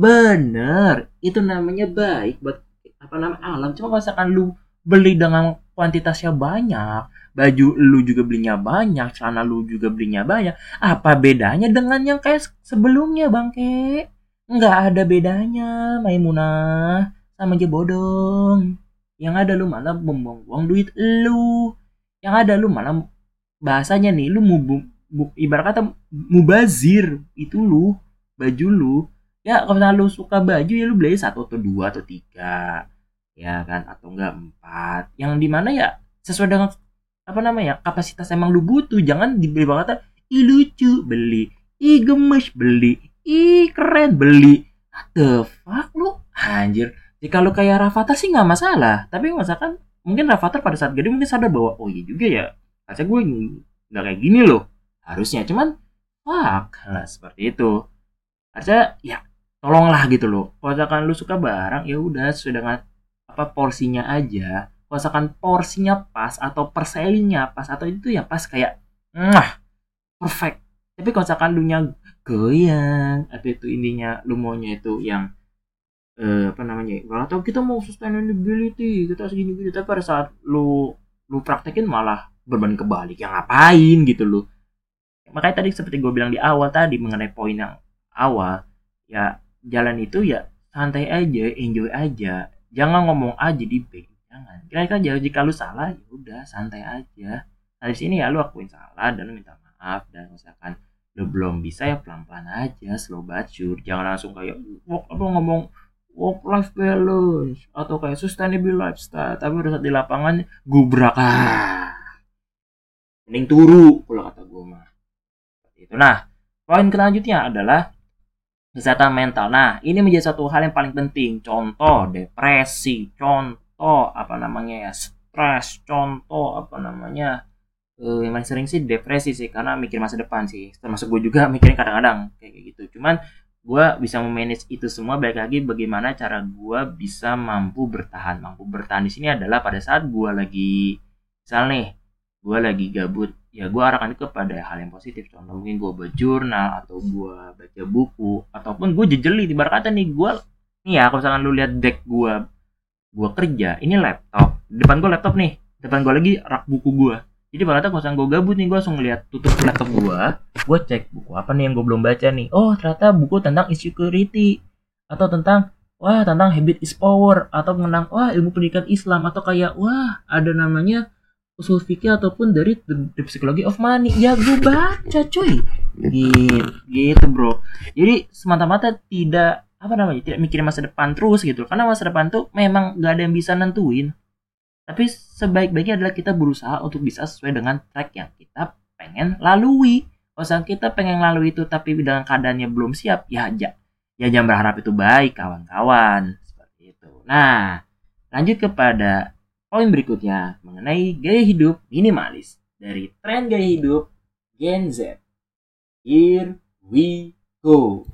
Bener, itu namanya baik buat apa namanya alam. Cuma kalau misalkan lu beli dengan kuantitasnya banyak, baju lu juga belinya banyak, celana lu juga belinya banyak, apa bedanya dengan yang kayak sebelumnya bangke? Nggak ada bedanya, Maimunah, sama aja bodong. Yang ada lu malah membuang duit lu, yang ada lu malah bahasanya nih lu mu, mu ibarat kata mubazir itu lu baju lu. Ya kalau misalnya lu suka baju ya lu beli satu atau dua atau tiga, ya kan, atau enggak empat, yang dimana ya sesuai dengan apa namanya kapasitas emang lu butuh. Jangan dibeli banget ih lucu beli, ih gemes beli, ih keren beli. What the fuck lu anjir. Jika lu kayak Rafathar sih nggak masalah, tapi misalkan mungkin Rafathar pada saat gede mungkin sadar bahwa oh iya juga ya, harusnya gue nggak kayak gini loh harusnya. Cuman fuck lah seperti itu. Harusnya ya tolonglah gitu loh. Kalau misalkan lu suka barang ya udah sesuai dengan apa porsinya aja. Kalau misalkan porsinya pas atau perselingnya pas atau itu ya pas kayak mwah, perfect. Tapi kalau misalkan lu nya goyang atau itu intinya lu maunya itu yang eh, apa namanya nggak tahu kita mau sustainability kita segini gini, tapi pada saat lu lu praktekin malah berbanding kebalik, yang ngapain gitu loh. Makanya tadi seperti gue bilang di awal tadi mengenai poin yang awal, ya jalan itu ya santai aja, enjoy aja, jangan ngomong A jadi B, jangan. Kira-kira jadi jika lu salah ya udah santai aja. Nah di sini ya lu akuin salah dan lu minta maaf, dan misalkan lu belum bisa ya pelan-pelan aja, slow but sure. Jangan langsung kayak work apa ngomong work life balance atau kayak sustainable lifestyle tapi udah saat di lapangan gubrak, ah mending turu kalau kata gue mah itu. Nah poin selanjutnya adalah kesehatan mental. Nah ini menjadi satu hal yang paling penting. Contoh depresi, contoh apa namanya ya stres, contoh apa namanya eh, yang paling sering sih depresi sih, karena mikir masa depan sih, termasuk gue juga mikirin kadang-kadang kayak gitu. Cuman gue bisa memanage itu semua, balik lagi bagaimana cara gue bisa mampu bertahan. Mampu bertahan di sini adalah pada saat gue lagi misal nih gue lagi gabut, ya gue arahkan itu kepada hal yang positif. Contoh mungkin gue berjurnal atau gue baca buku ataupun gue jejeli. Ibarat kata nih gue nih ya kalau misalkan lu lihat deck gue gue kerja ini laptop depan gue, laptop nih depan gue lagi rak buku gue. Jadi pada kalau gue gabut nih gue langsung ngeliat tutup laptop gue, gue cek buku apa nih yang gue belum baca nih. Oh ternyata buku tentang insecurity atau tentang wah tentang habit is power atau tentang wah ilmu pendidikan Islam atau kayak wah ada namanya usul fikih ataupun dari the, the psychology of money. Ya gue baca cuy gitu, gitu bro. Jadi semata-mata tidak apa namanya tidak mikirin masa depan terus gitu, karena masa depan tuh memang gak ada yang bisa nentuin. Tapi sebaik-baiknya adalah kita berusaha untuk bisa sesuai dengan track yang kita pengen lalui. Kalau kita pengen lalui itu tapi dengan keadaannya belum siap, ya aja. Ya jangan berharap itu baik kawan-kawan. Seperti itu. Nah, lanjut kepada poin berikutnya mengenai gaya hidup minimalis dari tren gaya hidup Gen Z. Here we go.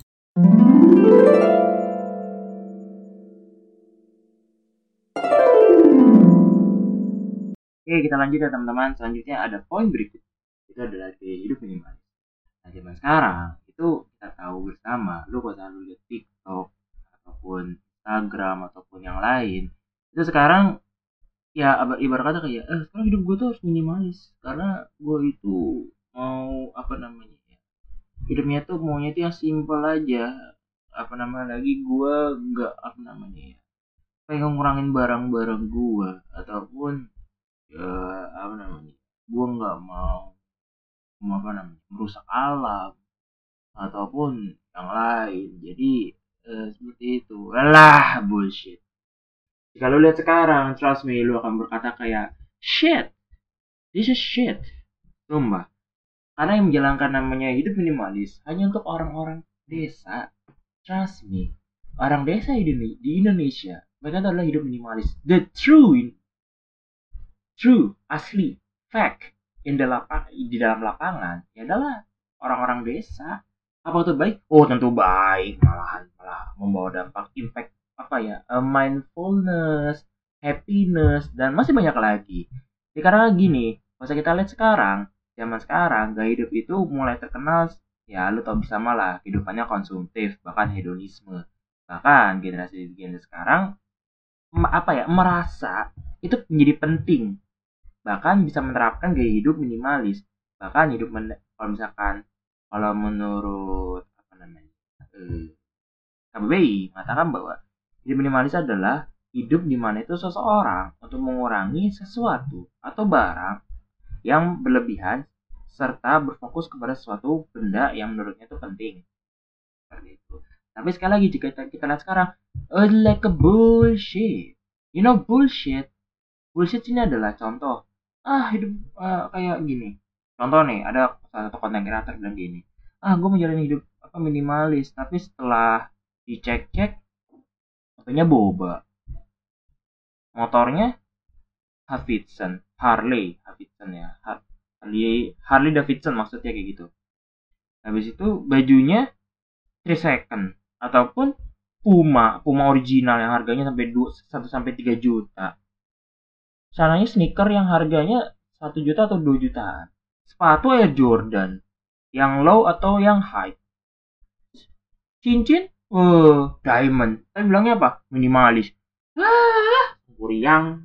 Oke, kita lanjut ya teman-teman. Selanjutnya ada poin berikut. Itu adalah gaya hidup minimalis. Nah, zaman sekarang itu kita tahu bersama, lu kalau selalu lihat TikTok ataupun Instagram ataupun yang lain, itu sekarang ya ibarat kata kayak eh sekarang hidup gue tuh harus minimalis karena gue itu mau apa namanya ya, hidupnya tuh maunya itu yang simple aja. Apa namanya lagi gue nggak apa namanya ya pengen ngurangin barang-barang gue ataupun ya apa namanya gue nggak mau apa namanya merusak alam ataupun yang lain. Jadi eh, seperti itu. Alah, bullshit. Jika lu lihat sekarang, trust me, lu akan berkata kayak shit, this is shit. Sumpah. Karena yang menjalankan namanya hidup minimalis hanya untuk orang-orang desa. Trust me, orang desa di Indonesia, mereka itu adalah hidup minimalis. The true, true, asli, fact in the lapang, di dalam lapangan ya adalah orang-orang desa. Apa itu baik? Oh tentu baik, malahan malah membawa dampak impact apa ya, uh, mindfulness, happiness, dan masih banyak lagi. Ya, karena gini, masa kita lihat sekarang, zaman sekarang gaya hidup itu mulai terkenal, ya lu tau bersama lah, kehidupannya konsumtif, bahkan hedonisme. Bahkan generasi generasi sekarang apa ya, merasa itu menjadi penting, bahkan bisa menerapkan gaya hidup minimalis. Bahkan hidup men- kalau misalkan kalau menurut apa namanya eh, K B B I mengatakan bahwa hidup minimalis adalah hidup di mana itu seseorang untuk mengurangi sesuatu atau barang yang berlebihan serta berfokus kepada suatu benda yang menurutnya itu penting. Seperti itu. Tapi sekali lagi jika kita, kita lihat sekarang, uh, like a bullshit. You know bullshit. Bullshit ini adalah contoh. Ah hidup uh, kayak gini. Contoh nih, ada salah satu konten kreator bilang gini. Ah gue menjalani hidup apa minimalis, tapi setelah dicek-cek motornya boba, motornya Davidson, Harley Davidson ya, Harley Harley Davidson maksudnya kayak gitu. Habis itu bajunya three second ataupun Puma, Puma original yang harganya sampai satu sampai tiga juta. Sananya sneaker yang harganya satu juta atau dua jutaan. Sepatu Air Jordan yang low atau yang high. Cincin, uh, diamond. Tapi bilangnya apa? Minimalis. Ah, kuriang.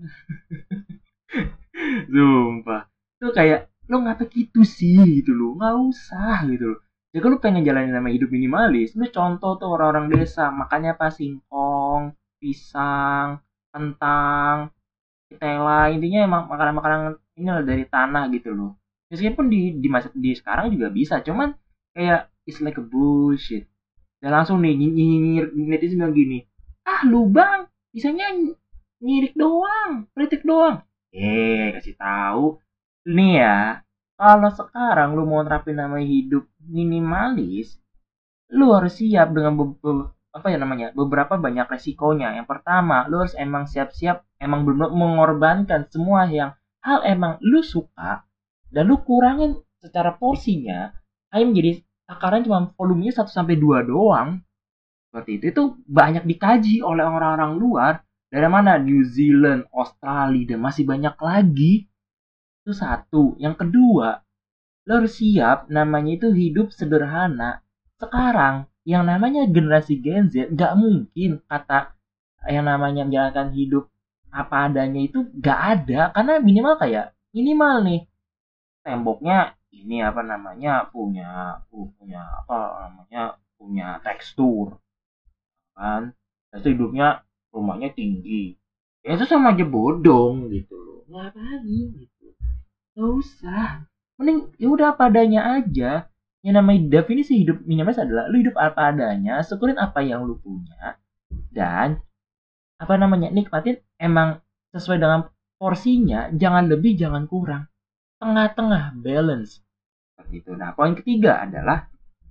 Sumpah. Itu kayak lo ngapa gitu sih gitu lo. Nggak usah gitu lo. Jadi kalau lu pengen jalanin nama hidup minimalis, lu contoh tuh orang-orang desa, makannya apa? Singkong, pisang, kentang, ketela, intinya emang makanan-makanan ini lah dari tanah gitu loh. Meskipun di di masa di sekarang juga bisa, cuman kayak it's like a bullshit. Dan langsung nih nyinyir netizen bilang gini, ah lu bang, bisanya nyirik doang, kritik doang. Eh kasih tahu, nih ya. Kalau sekarang lu mau terapin namanya hidup minimalis, lu harus siap dengan be- apa ya namanya beberapa banyak resikonya. Yang pertama, lu harus emang siap-siap, emang benar mengorbankan semua yang hal emang lu suka dan lu kurangin secara porsinya, hanya menjadi takaran cuma volumenya satu sampai dua doang. Seperti itu itu banyak dikaji oleh orang-orang luar dari mana New Zealand, Australia dan masih banyak lagi. Itu satu. Yang kedua, lo harus siap namanya itu hidup sederhana. Sekarang yang namanya generasi Gen Z gak mungkin kata yang namanya menjalankan hidup apa adanya itu gak ada. Karena minimal kayak minimal nih temboknya ini apa namanya punya punya apa namanya punya tekstur kan. Terus hidupnya rumahnya tinggi. Ya itu sama aja bodong gitu loh. Ngapain gitu. Gak usah. Mending ya udah apa adanya aja. Yang namanya definisi hidup minimalis adalah lu hidup apa adanya, syukurin apa yang lu punya, dan apa namanya nikmatin emang sesuai dengan porsinya, jangan lebih jangan kurang, tengah-tengah balance seperti itu. Nah poin ketiga adalah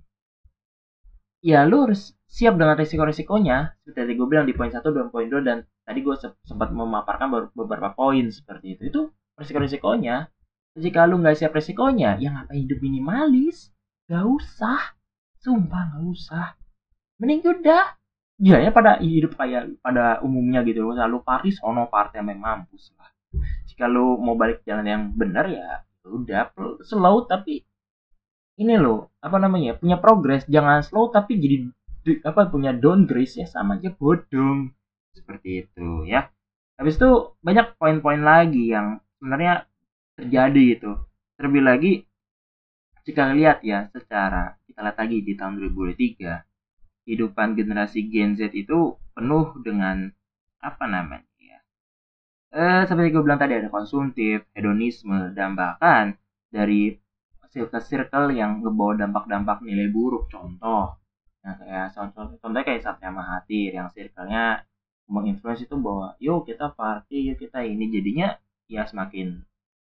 ya lu harus siap dengan resiko-resikonya seperti tadi gue bilang di poin satu dan poin dua, dan tadi gue sempat memaparkan beberapa poin seperti itu. Itu resiko-resikonya. Jika lu nggak siap resikonya, ya ngapain hidup minimalis? Gak usah, sumpah gak usah. Mending udah, ya ya pada hidup kayak pada umumnya gitu loh. Lalu party sono party sampai mampus lah. Jika lu mau balik jalan yang benar ya udah slow tapi ini loh apa namanya punya progress. Jangan slow tapi jadi apa punya downgrade ya sama aja bodong seperti itu ya. Habis itu banyak poin-poin lagi yang sebenarnya terjadi itu. Terlebih lagi jika lihat ya secara kita lihat lagi di tahun dua ribu dua puluh tiga kehidupan generasi Gen Z itu penuh dengan apa namanya ya eh seperti gue bilang tadi ada konsumtif, hedonisme, dan bahkan dari circle-circle yang ngebawa dampak-dampak nilai buruk. Contoh, nah kayak contoh, contohnya kayak Satya Mahathir yang circle-nya menginfluence itu bahwa yuk kita party, yuk kita ini, jadinya ya semakin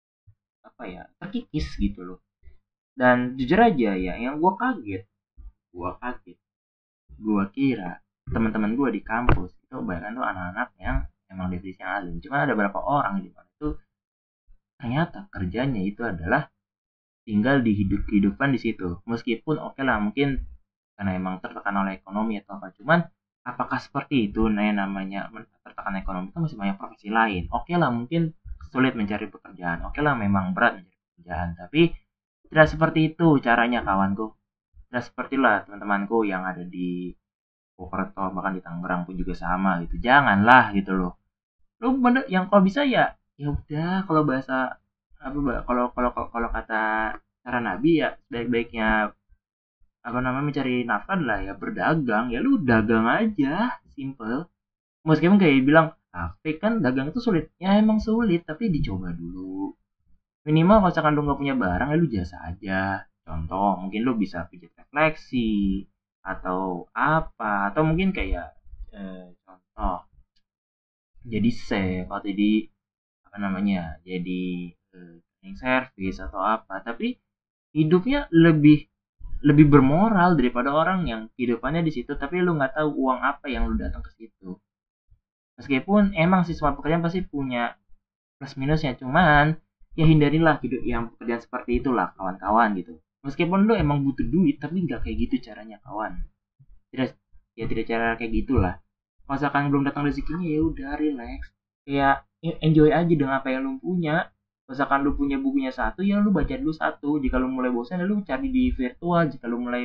apa ya terkikis gitu loh. Dan jujur aja ya, yang gue kaget, gue kaget, gue kira teman-teman gue di kampus itu bahkan tuh anak-anak yang emang definisi alim. Cuma ada beberapa orang di mana itu ternyata kerjanya itu adalah tinggal di hidup kehidupan di situ. Meskipun oke okay lah mungkin karena emang tertekan oleh ekonomi atau apa. Cuman apakah seperti itu? Nah yang namanya tertekan ekonomi itu masih banyak profesi lain. Oke okay lah mungkin sulit mencari pekerjaan. Oke okay lah memang berat mencari pekerjaan. Tapi tidak seperti itu caranya kawanku. Tidak seperti lah teman-temanku yang ada di Purwokerto bahkan di Tangerang pun juga sama gitu. Janganlah gitu loh. Lu bener yang kalau bisa ya ya udah kalau bahasa apa kalau kalau kalau kata cara Nabi ya sebaik-baiknya apa namanya mencari nafkah lah ya berdagang, ya lu dagang aja, simple. Meskipun kayak bilang tapi kan dagang itu sulit, ya emang sulit tapi dicoba dulu. Minimal kalau misalkan lu nggak punya barang ya lu jasa aja. Contoh mungkin lu bisa pijat refleksi atau apa, atau mungkin kayak eh, contoh jadi chef atau jadi apa namanya jadi cleaning service atau apa, tapi hidupnya lebih lebih bermoral daripada orang yang kehidupannya di situ tapi lu nggak tahu uang apa yang lu datang ke situ. Meskipun emang sih semua pekerjaan pasti punya plus minusnya, cuman ya hindarilah hidup yang pekerjaan seperti itulah kawan-kawan gitu. Meskipun lu emang butuh duit tapi nggak kayak gitu caranya kawan. Tidak ya tidak cara kayak gitulah. Kalau misalkan belum datang rezekinya ya udah relax, kayak enjoy aja dengan apa yang lu punya. Misalkan lu punya bukunya satu ya lu baca dulu satu. Jika lu mulai bosan ya lu cari di virtual. Jika lu mulai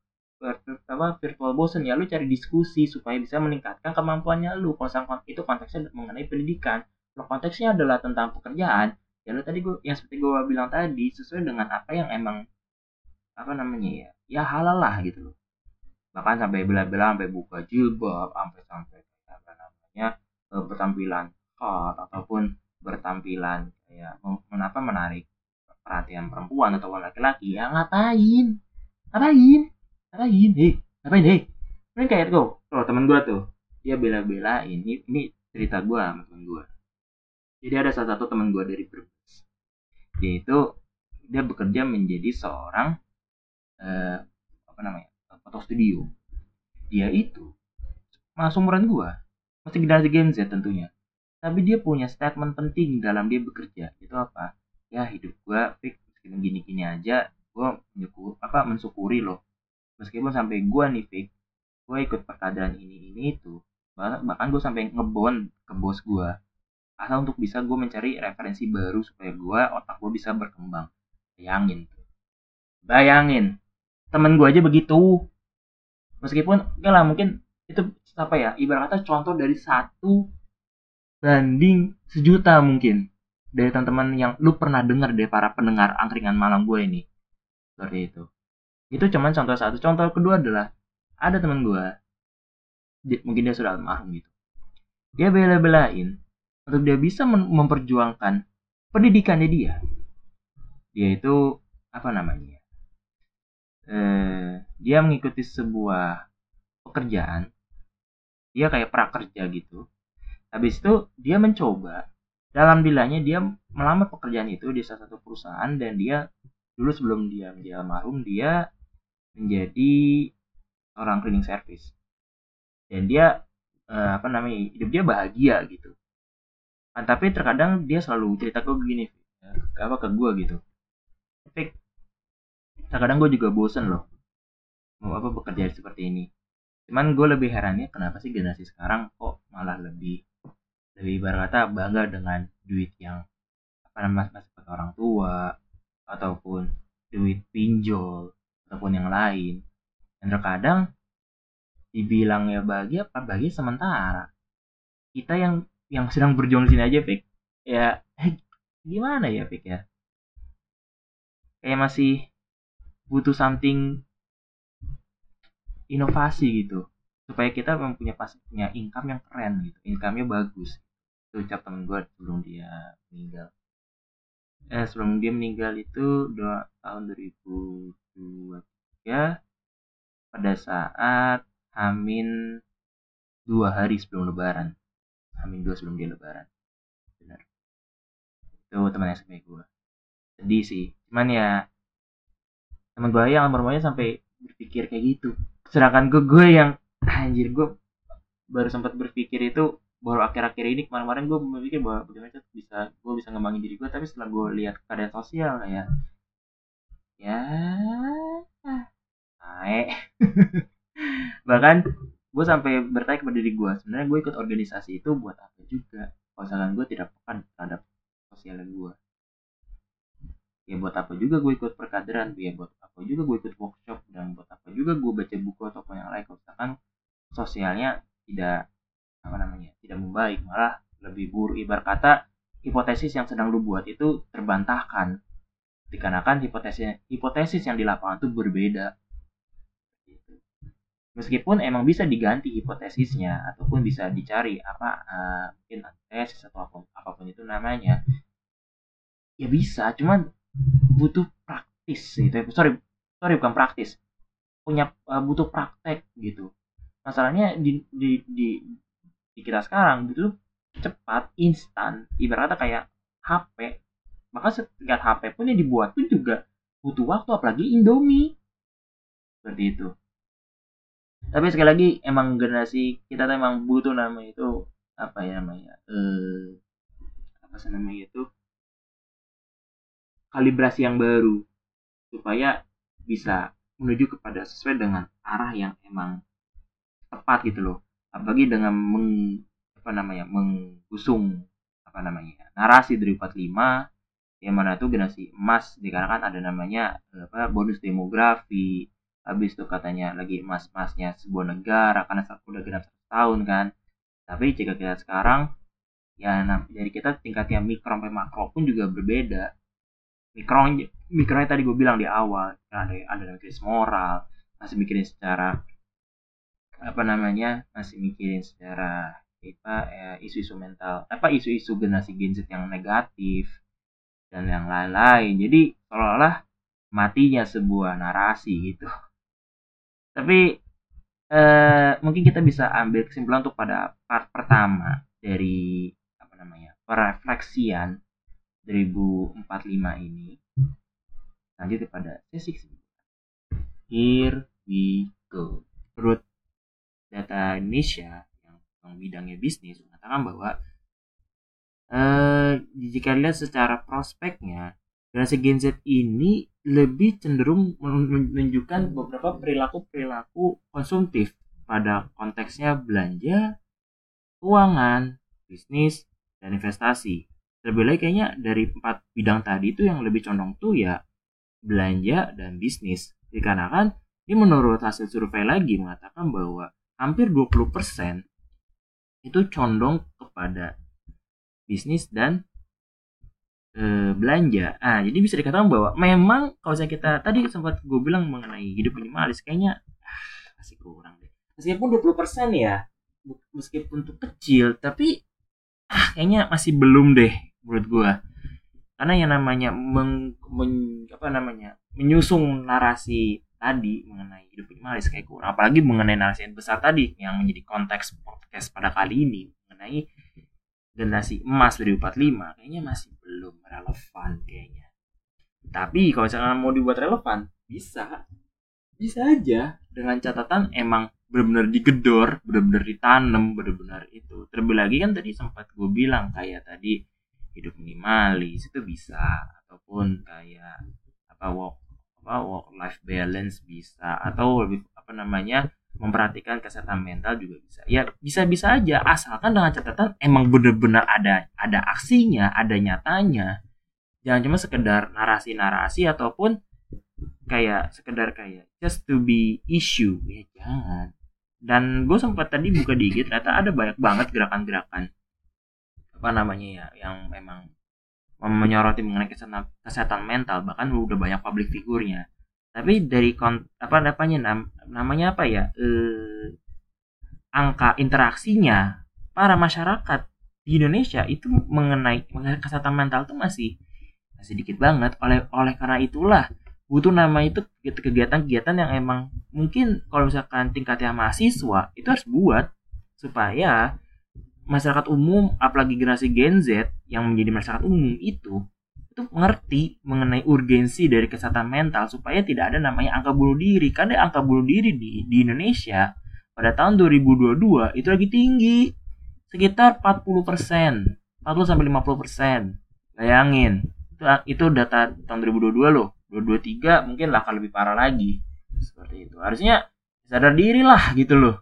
apa virtual bosan ya lu cari diskusi supaya bisa meningkatkan kemampuannya lu. Kalau itu konteksnya mengenai pendidikan, kalau konteksnya adalah tentang pekerjaan ya lu tadi gue yang seperti gue bilang tadi sesuai dengan apa yang emang apa namanya ya ya halal lah gitu loh. Bahkan sampai bela-bela sampai buka jilbab, sampai sampai apa namanya bertampilan hot ataupun bertampilan kayak menapa menarik perhatian perempuan atau laki-laki, ya ngapain ngapain ngapain hei ngapain hei ini kayak tuh kalau temen gue tuh dia bela-bela ini ini cerita gue sama temen gue. Jadi ada salah satu temen gue dari Brebes, yaitu dia bekerja menjadi seorang eh, apa namanya foto studio. Dia itu masuk umuran gue, masih generasi Gen Z tentunya. Tapi dia punya statement penting dalam dia bekerja. Itu apa? Ya hidup gue fix meskipun gini-gini aja, gue menyukur, apa mensyukuri loh. Meskipun sampai gue nih fix, gue ikut perkaderan ini ini itu. Bahkan gue sampai ngebond ke bos gue. Asal untuk bisa gue mencari referensi baru supaya gue otak gue bisa berkembang. Bayangin tuh. Bayangin. Temen gue aja begitu. Meskipun enggak lah mungkin itu apa ya? Ibarat kata contoh dari satu banding sejuta mungkin dari teman-teman yang lu pernah dengar dari para pendengar angkringan malam gue ini. Seperti itu. Itu cuman contoh satu. Contoh kedua adalah ada teman gue, mungkin dia sudah almarhum gitu. Dia bela-belain untuk dia bisa memperjuangkan pendidikannya dia. Dia itu apa namanya? Eh, dia mengikuti sebuah pekerjaan. Dia kayak prakerja gitu. Habis itu dia mencoba dalam bilanya dia melamar pekerjaan itu di salah satu perusahaan, dan dia dulu sebelum dia menjadi almarhum dia menjadi orang cleaning service, dan dia eh, apa namanya hidup dia bahagia gitu. Nah, tapi terkadang dia selalu cerita ke gini, apa ke gue gitu. Tapi terkadang gue juga bosen loh mau apa bekerja seperti ini. Cuman gue lebih herannya kenapa sih generasi sekarang kok malah lebih lebih ibarat kata bangga dengan duit yang apa namanya masih pakai orang tua ataupun duit pinjol ataupun yang lain. Dan terkadang dibilang ya bahagia apa bahagia sementara. Kita yang yang sedang berjuang di sini aja, Pik. Ya eh, gimana ya, Pik ya? Kayak masih butuh something inovasi gitu supaya kita mempunyai punya income yang keren gitu, income-nya bagus. Itu ucap temen gue sebelum dia meninggal. eh, sebelum dia meninggal itu dua, tahun dua ribu dua puluh tiga pada saat Hamin dua hari sebelum Lebaran, Hamin dua sebelum dia Lebaran, benar. Itu teman S M P gue, sedih sih. Cuman ya teman gue yang almarhumnya sampai berpikir kayak gitu, sedangkan gue gue yang anjir, gue baru sempat berpikir itu baru akhir-akhir ini. Kemarin-kemarin gue berpikir bahwa bagaimana bisa gue bisa ngembangin diri gue, tapi setelah gue lihat keadaan sosial kayak ya naik bahkan gue sampai bertanya kepada diri gue, sebenarnya gue ikut organisasi itu buat apa juga kalau misalkan gue tidak pekan terhadap sosial gue. Ya buat apa juga gue ikut perkaderan, ya buat apa juga gue ikut workshop, dan buat apa juga gue baca buku ataupun yang lain kalau misalkan sosialnya tidak apa namanya tidak membaik, malah lebih buruk. Ibarat kata hipotesis yang sedang lu buat itu terbantahkan dikarenakan hipotesis hipotesis yang di lapangan itu berbeda. Meskipun emang bisa diganti hipotesisnya ataupun bisa dicari apa uh, mungkin antesis atau apapun, apapun itu namanya, ya bisa, cuman butuh praktis gitu. Sorry, sorry bukan praktis, punya uh, butuh praktek gitu. Masalahnya di di di, di kita sekarang gitu cepat, instan, ibaratnya kayak H P. Maka setiap H P pun yang dibuat pun juga butuh waktu, apalagi Indomie. Seperti itu. Tapi sekali lagi emang generasi kita tuh emang butuh namanya itu apa ya namanya eh apa sih namanya itu kalibrasi yang baru supaya bisa menuju kepada sesuai dengan arah yang emang tepat gitu loh. Apalagi dengan meng, apa namanya mengusung apa namanya narasi dari empat puluh lima yang mana itu generasi emas dikarenakan ada namanya apa bonus demografi. Habis itu katanya lagi emas-emasnya sebuah negara karena udah genap satu tahun kan. Tapi jika kita sekarang ya nah, dari kita tingkatnya mikro sampai makro pun juga berbeda. Mikro mikronya tadi gue bilang di awal ada ada mikirin moral, masih mikirin secara apa namanya masih mikirin secara apa ya, isu-isu mental apa isu-isu generasi Gen Z yang negatif dan yang lain-lain. Jadi seolah-olah matinya sebuah narasi gitu. Tapi eh, mungkin kita bisa ambil kesimpulan untuk pada part pertama dari apa namanya perefleksian dua ribu empat puluh lima ini. Lanjut kepada sesi kesimpulan. Here we go. Menurut data Indonesia yang bidangnya bisnis mengatakan bahwa eh, jika lihat secara prospeknya generasi Gen Z ini lebih cenderung menunjukkan beberapa perilaku-perilaku konsumtif pada konteksnya belanja, keuangan, bisnis, dan investasi. Terlebih lagi kayaknya dari empat bidang tadi itu yang lebih condong tuh ya belanja dan bisnis. Dikarenakan ini menurut hasil survei lagi mengatakan bahwa hampir dua puluh persen itu condong kepada bisnis dan E, belanja. Ah, jadi bisa dikatakan bahwa memang kalau saya kita tadi sempat gue bilang mengenai hidup minimalis kayaknya ah, masih kurang deh. Meskipun dua puluh persen ya, meskipun itu kecil, tapi ah kayaknya masih belum deh menurut gue. Karena yang namanya meng, men, apa namanya menyusung narasi tadi mengenai hidup minimalis kayak kurang. Apalagi mengenai narasi yang besar tadi yang menjadi konteks podcast pada kali ini mengenai generasi emas dua ribu empat puluh lima kayaknya masih belum relevan kayaknya. Tapi kalau misalnya mau dibuat relevan bisa bisa aja dengan catatan emang benar-benar digedor, benar-benar ditanam, benar-benar itu. Terlebih lagi kan tadi sempat gue bilang kayak tadi hidup minimalis itu bisa, ataupun kayak apa work apa work life balance bisa, atau lebih apa namanya memperhatikan kesehatan mental juga bisa. Ya bisa-bisa aja asalkan dengan catatan emang benar-benar ada ada aksinya, ada nyatanya. Jangan cuma sekedar narasi-narasi ataupun kayak sekedar kayak just to be issue. Ya jangan. Dan gue sempat tadi buka di I G ternyata ada banyak banget gerakan-gerakan apa namanya ya yang memang menyoroti mengenai kesehatan, kesehatan mental, bahkan udah banyak public figurnya. Tapi dari kon, apa namanya nam, namanya apa ya eh, angka interaksinya para masyarakat di Indonesia itu mengenai kesehatan mental itu masih masih dikit banget. Oleh oleh karena itulah butuh nama itu kegiatan-kegiatan yang emang mungkin kalau misalkan tingkatnya mahasiswa itu harus buat supaya masyarakat umum, apalagi generasi Gen Z yang menjadi masyarakat umum itu itu mengerti mengenai urgensi dari kesehatan mental supaya tidak ada namanya angka bunuh diri. Karena angka bunuh diri di, di Indonesia pada tahun dua ribu dua puluh dua itu lagi tinggi, sekitar empat puluh persen, empat puluh sampai lima puluh persen. Bayangin, itu itu data tahun dua ribu dua puluh dua loh. dua ribu dua puluh tiga mungkin lah akan lebih parah lagi. Seperti itu. Harusnya sadar diri lah gitu loh.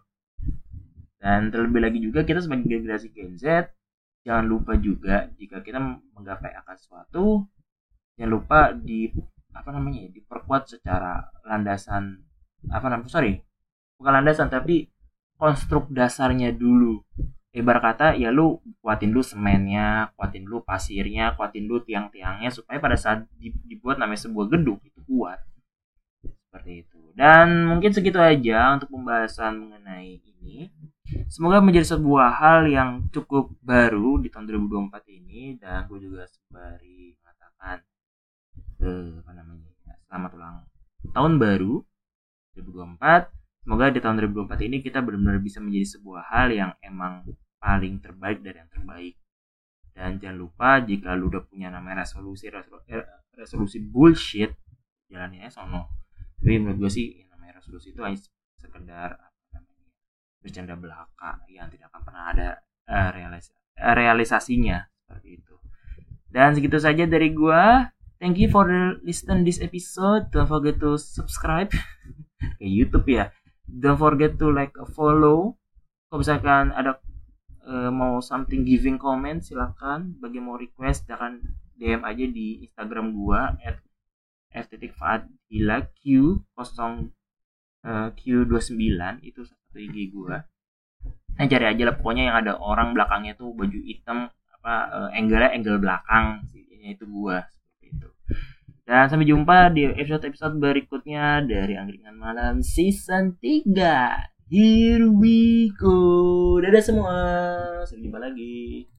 Dan terlebih lagi juga kita sebagai generasi Gen Z, jangan lupa juga jika kita menggapai akan sesuatu, jangan lupa di apa namanya ya, diperkuat secara landasan apa namanya sorry bukan landasan tapi konstruk dasarnya dulu. Ibarat kata ya lu kuatin dulu semennya, kuatin dulu pasirnya, kuatin dulu tiang-tiangnya supaya pada saat dibuat namanya sebuah gedung itu kuat. Seperti itu. Dan mungkin segitu aja untuk pembahasan mengenai ini. Semoga menjadi sebuah hal yang cukup baru di tahun dua ribu dua puluh empat ini, dan gue juga sembari mengatakan eh, apa namanya selamat ulang tahun baru dua ribu dua puluh empat. Semoga di tahun dua ribu dua puluh empat ini kita benar-benar bisa menjadi sebuah hal yang emang paling terbaik dari yang terbaik. Dan jangan lupa jika lu udah punya namanya resolusi resolusi, resolusi bullshit, jalannya sono. Tapi menurut gue sih yang namanya resolusi itu hanya sekedar bercanda belaka yang tidak akan pernah ada uh, realis- uh, realisasinya seperti itu. Dan segitu saja dari gua. Thank you for the listen this episode. Don't forget to subscribe ke YouTube ya. Don't forget to like, follow. Kalau misalkan ada uh, mau something giving comment silakan. Bagi mau request jangan D M aja di Instagram gua at f titik fadila q nol q dua puluh sembilan itu satu I G gue. Nah cari aja lah pokoknya yang ada orang belakangnya tuh baju hitam apa uh, angle-nya angle belakang sih itu gue seperti itu. Dan sampai jumpa di episode-episode berikutnya dari Angkringan Malam season tiga. Here we go. Dadah semua. Sampai jumpa lagi.